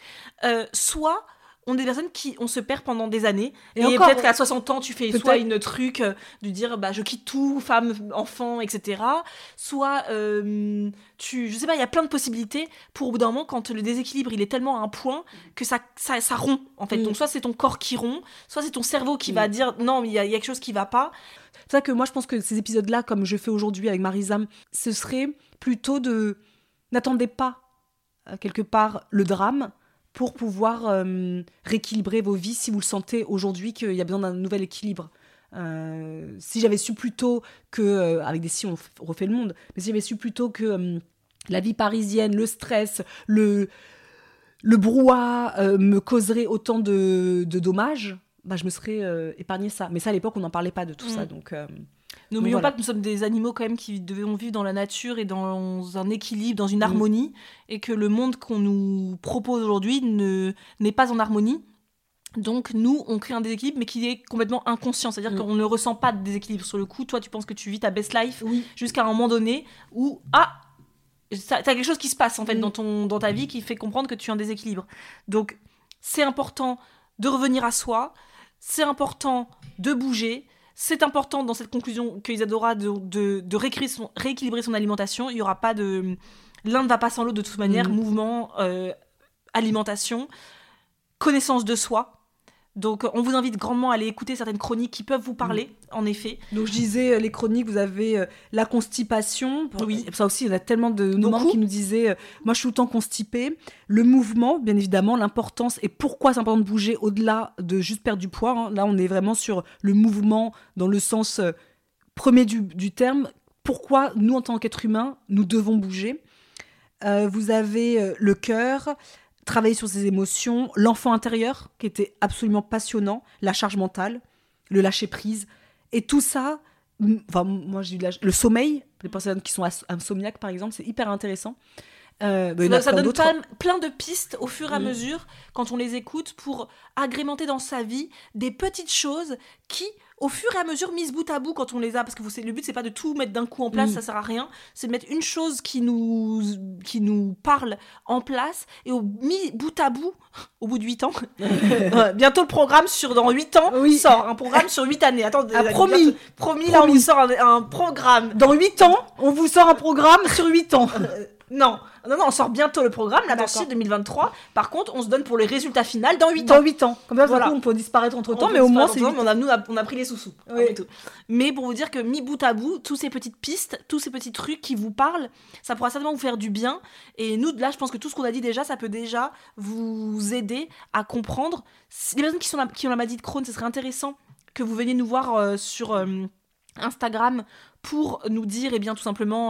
soit on est des personnes on se perd pendant des années, et encore, peut-être qu'à 60 ans tu fais soit une truc de dire je quitte tout, femme, enfant, etc. Soit je sais pas, il y a plein de possibilités pour au bout d'un moment, quand le déséquilibre il est tellement à un point que ça rompt en fait. Donc soit c'est ton corps qui rompt, soit c'est ton cerveau qui va dire non, mais il y a quelque chose qui va pas. C'est ça que moi je pense que ces épisodes là, comme je fais aujourd'hui avec Marisa, ce serait plutôt n'attendez pas quelque part le drame pour pouvoir rééquilibrer vos vies si vous le sentez aujourd'hui qu'il y a besoin d'un nouvel équilibre. Si j'avais su plus tôt que... avec des si, on refait le monde. Mais si j'avais su plus tôt que la vie parisienne, le stress, le brouhaha me causerait autant de dommages, je me serais épargné ça. Mais ça, à l'époque, on n'en parlait pas de tout ça. Donc, n'oublions voilà. pas que nous sommes des animaux quand même qui devons vivre dans la nature et dans un équilibre, dans une harmonie, et que le monde qu'on nous propose aujourd'hui n'est pas en harmonie. Donc nous, on crée un déséquilibre, mais qui est complètement inconscient. C'est-à-dire qu'on ne ressent pas de déséquilibre sur le coup. Toi, tu penses que tu vis ta best life jusqu'à un moment donné où t'as quelque chose qui se passe en fait dans ta vie qui fait comprendre que tu es en déséquilibre. Donc c'est important de revenir à soi, c'est important de bouger, c'est important dans cette conclusion que Isadora de rééquilibrer son alimentation. Il y aura pas de... L'un ne va pas sans l'autre de toute manière. Mouvement, alimentation, connaissance de soi. Donc on vous invite grandement à aller écouter certaines chroniques qui peuvent vous parler, en effet. Donc je disais, les chroniques, vous avez la constipation. Oui. Ça aussi, il y en a tellement de nos membres qui nous disaient moi je suis tout le temps constipée. Le mouvement, bien évidemment, l'importance et pourquoi c'est important de bouger au-delà de juste perdre du poids. Hein. Là, on est vraiment sur le mouvement dans le sens premier du terme. Pourquoi nous, en tant qu'êtres humains, nous devons bouger. Vous avez le cœur, travailler sur ses émotions, l'enfant intérieur, qui était absolument passionnant, la charge mentale, le lâcher-prise. Et tout ça, moi j'ai eu le sommeil, les personnes qui sont insomniaques par exemple, c'est hyper intéressant. Ça donne plein de pistes au fur et à mesure, quand on les écoute, pour agrémenter dans sa vie des petites choses qui, au fur et à mesure, mises bout à bout quand on les a, parce que le but c'est pas de tout mettre d'un coup en place, ça sert à rien, c'est de mettre une chose qui nous parle en place, et mis bout à bout, au bout de 8 ans, bientôt le programme dans 8 ans sort, un programme sur 8 années. Attends, promis, là on sort un programme. Dans 8 ans, on vous sort un programme sur 8 ans. Non, on sort bientôt le programme, là, dans 2023. Par contre, on se donne pour les résultats finaux dans 8 ans. Dans 8 ans. Comme ça, on peut disparaître entre-temps, mais au moins, c'est... On a pris les sous-sous. Oui. Mais pour vous dire que, mis bout à bout, tous ces petites pistes, tous ces petits trucs qui vous parlent, ça pourra certainement vous faire du bien. Et nous, là, je pense que tout ce qu'on a dit déjà, ça peut déjà vous aider à comprendre. Les personnes qui ont la maladie de Crohn, ce serait intéressant que vous veniez nous voir sur... Instagram pour nous dire tout simplement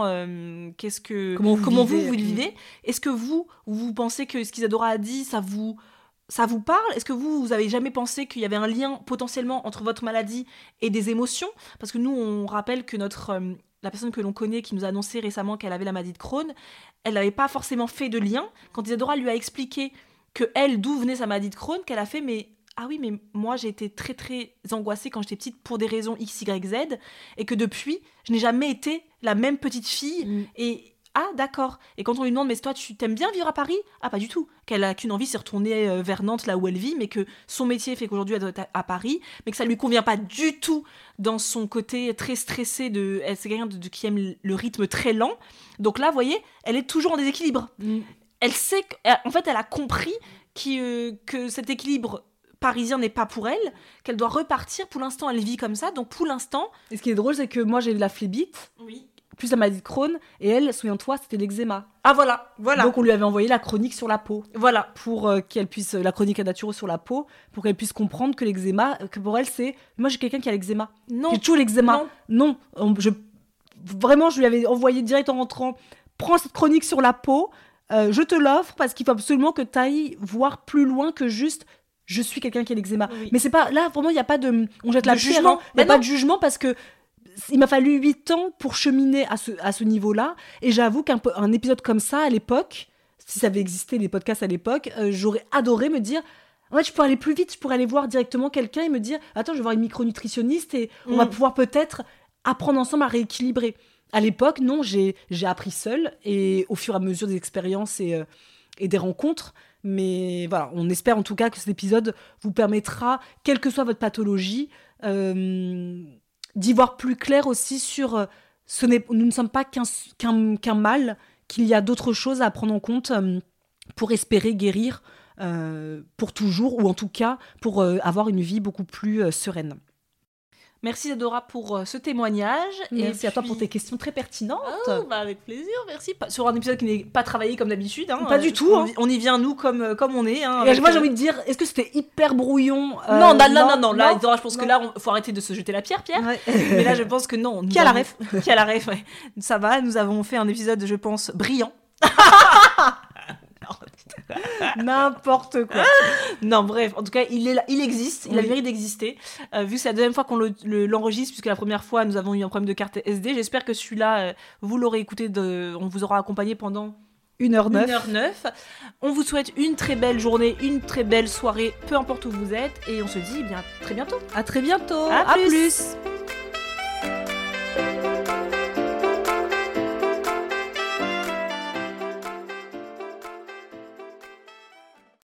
comment vous le vivez. Est-ce que vous pensez que ce qu'Isadora a dit ça vous parle? Est-ce que vous avez jamais pensé qu'il y avait un lien potentiellement entre votre maladie et des émotions? Parce que nous on rappelle que la personne que l'on connaît qui nous a annoncé récemment qu'elle avait la maladie de Crohn, elle n'avait pas forcément fait de lien. Quand Isadora lui a expliqué d'où venait sa maladie de Crohn, qu'elle a fait mais moi j'ai été très très angoissée quand j'étais petite pour des raisons X, Y, Z, et que depuis, je n'ai jamais été la même petite fille. Et d'accord. Et quand on lui demande, mais toi tu t'aimes bien vivre à Paris? Pas du tout. Qu'elle a qu'une envie, c'est retourner vers Nantes, là où elle vit, mais que son métier fait qu'aujourd'hui elle doit être à Paris, mais que ça lui convient pas du tout dans son côté très stressé. C'est quelqu'un qui aime le rythme très lent. Donc là, vous voyez, elle est toujours en déséquilibre. Elle sait qu'en fait, elle a compris que cet équilibre parisien n'est pas pour elle, qu'elle doit repartir. Pour l'instant, elle vit comme ça, donc pour l'instant... Et ce qui est drôle, c'est que moi, j'ai eu la phlébite, plus la maladie de Crohn, et elle, souviens-toi, c'était l'eczéma. Voilà. Donc, on lui avait envoyé la chronique sur la peau. Voilà. Pour qu'elle puisse... La chronique à naturo sur la peau, pour qu'elle puisse comprendre que l'eczéma, que pour elle, c'est... Moi, j'ai quelqu'un qui a l'eczéma. Non. J'ai toujours l'eczéma. Non. Vraiment, je lui avais envoyé direct en rentrant, prends cette chronique sur la peau, je te l'offre, parce qu'il faut absolument que tu ailles voir plus loin que juste... Je suis quelqu'un qui a l'eczéma. Mais c'est pas... Là, vraiment, il n'y a pas de... On jette la pierre. Il n'y a pas de jugement parce que il m'a fallu 8 ans pour cheminer à ce niveau-là. Et j'avoue qu'un épisode comme ça, à l'époque, si ça avait existé, les podcasts à l'époque, j'aurais adoré me dire... En fait, je pourrais aller plus vite. Je pourrais aller voir directement quelqu'un et me dire « Attends, je vais voir une micronutritionniste et on va pouvoir peut-être apprendre ensemble à rééquilibrer. » À l'époque, non, j'ai appris seule et au fur et à mesure des expériences et des rencontres. Mais voilà, on espère en tout cas que cet épisode vous permettra, quelle que soit votre pathologie, d'y voir plus clair aussi sur nous ne sommes pas qu'un mal, qu'il y a d'autres choses à prendre en compte pour espérer guérir pour toujours, ou en tout cas pour avoir une vie beaucoup plus sereine. Merci Isadora pour ce témoignage. Merci à toi pour tes questions très pertinentes. Avec plaisir, merci. Sur un épisode qui n'est pas travaillé comme d'habitude. Pas du tout. On y vient, nous, comme on est. Et moi, j'ai envie de dire, est-ce que c'était hyper brouillon? Non. Là, Isadora, je pense que là, il faut arrêter de se jeter la pierre. Ouais. Mais là, je pense que non. Qui a la ref? Ça va, nous avons fait un épisode, je pense, brillant. N'importe quoi. Non, bref, en tout cas, il est là, il existe, il a le Oui. mérite d'exister. Vu que c'est la deuxième fois qu'on l'enregistre, puisque la première fois, nous avons eu un problème de carte SD, j'espère que celui-là, vous l'aurez écouté, on vous aura accompagné pendant 1h09. 1h09. On vous souhaite une très belle journée, une très belle soirée, peu importe où vous êtes, et on se dit bien très bientôt. À très bientôt. À À plus. plus.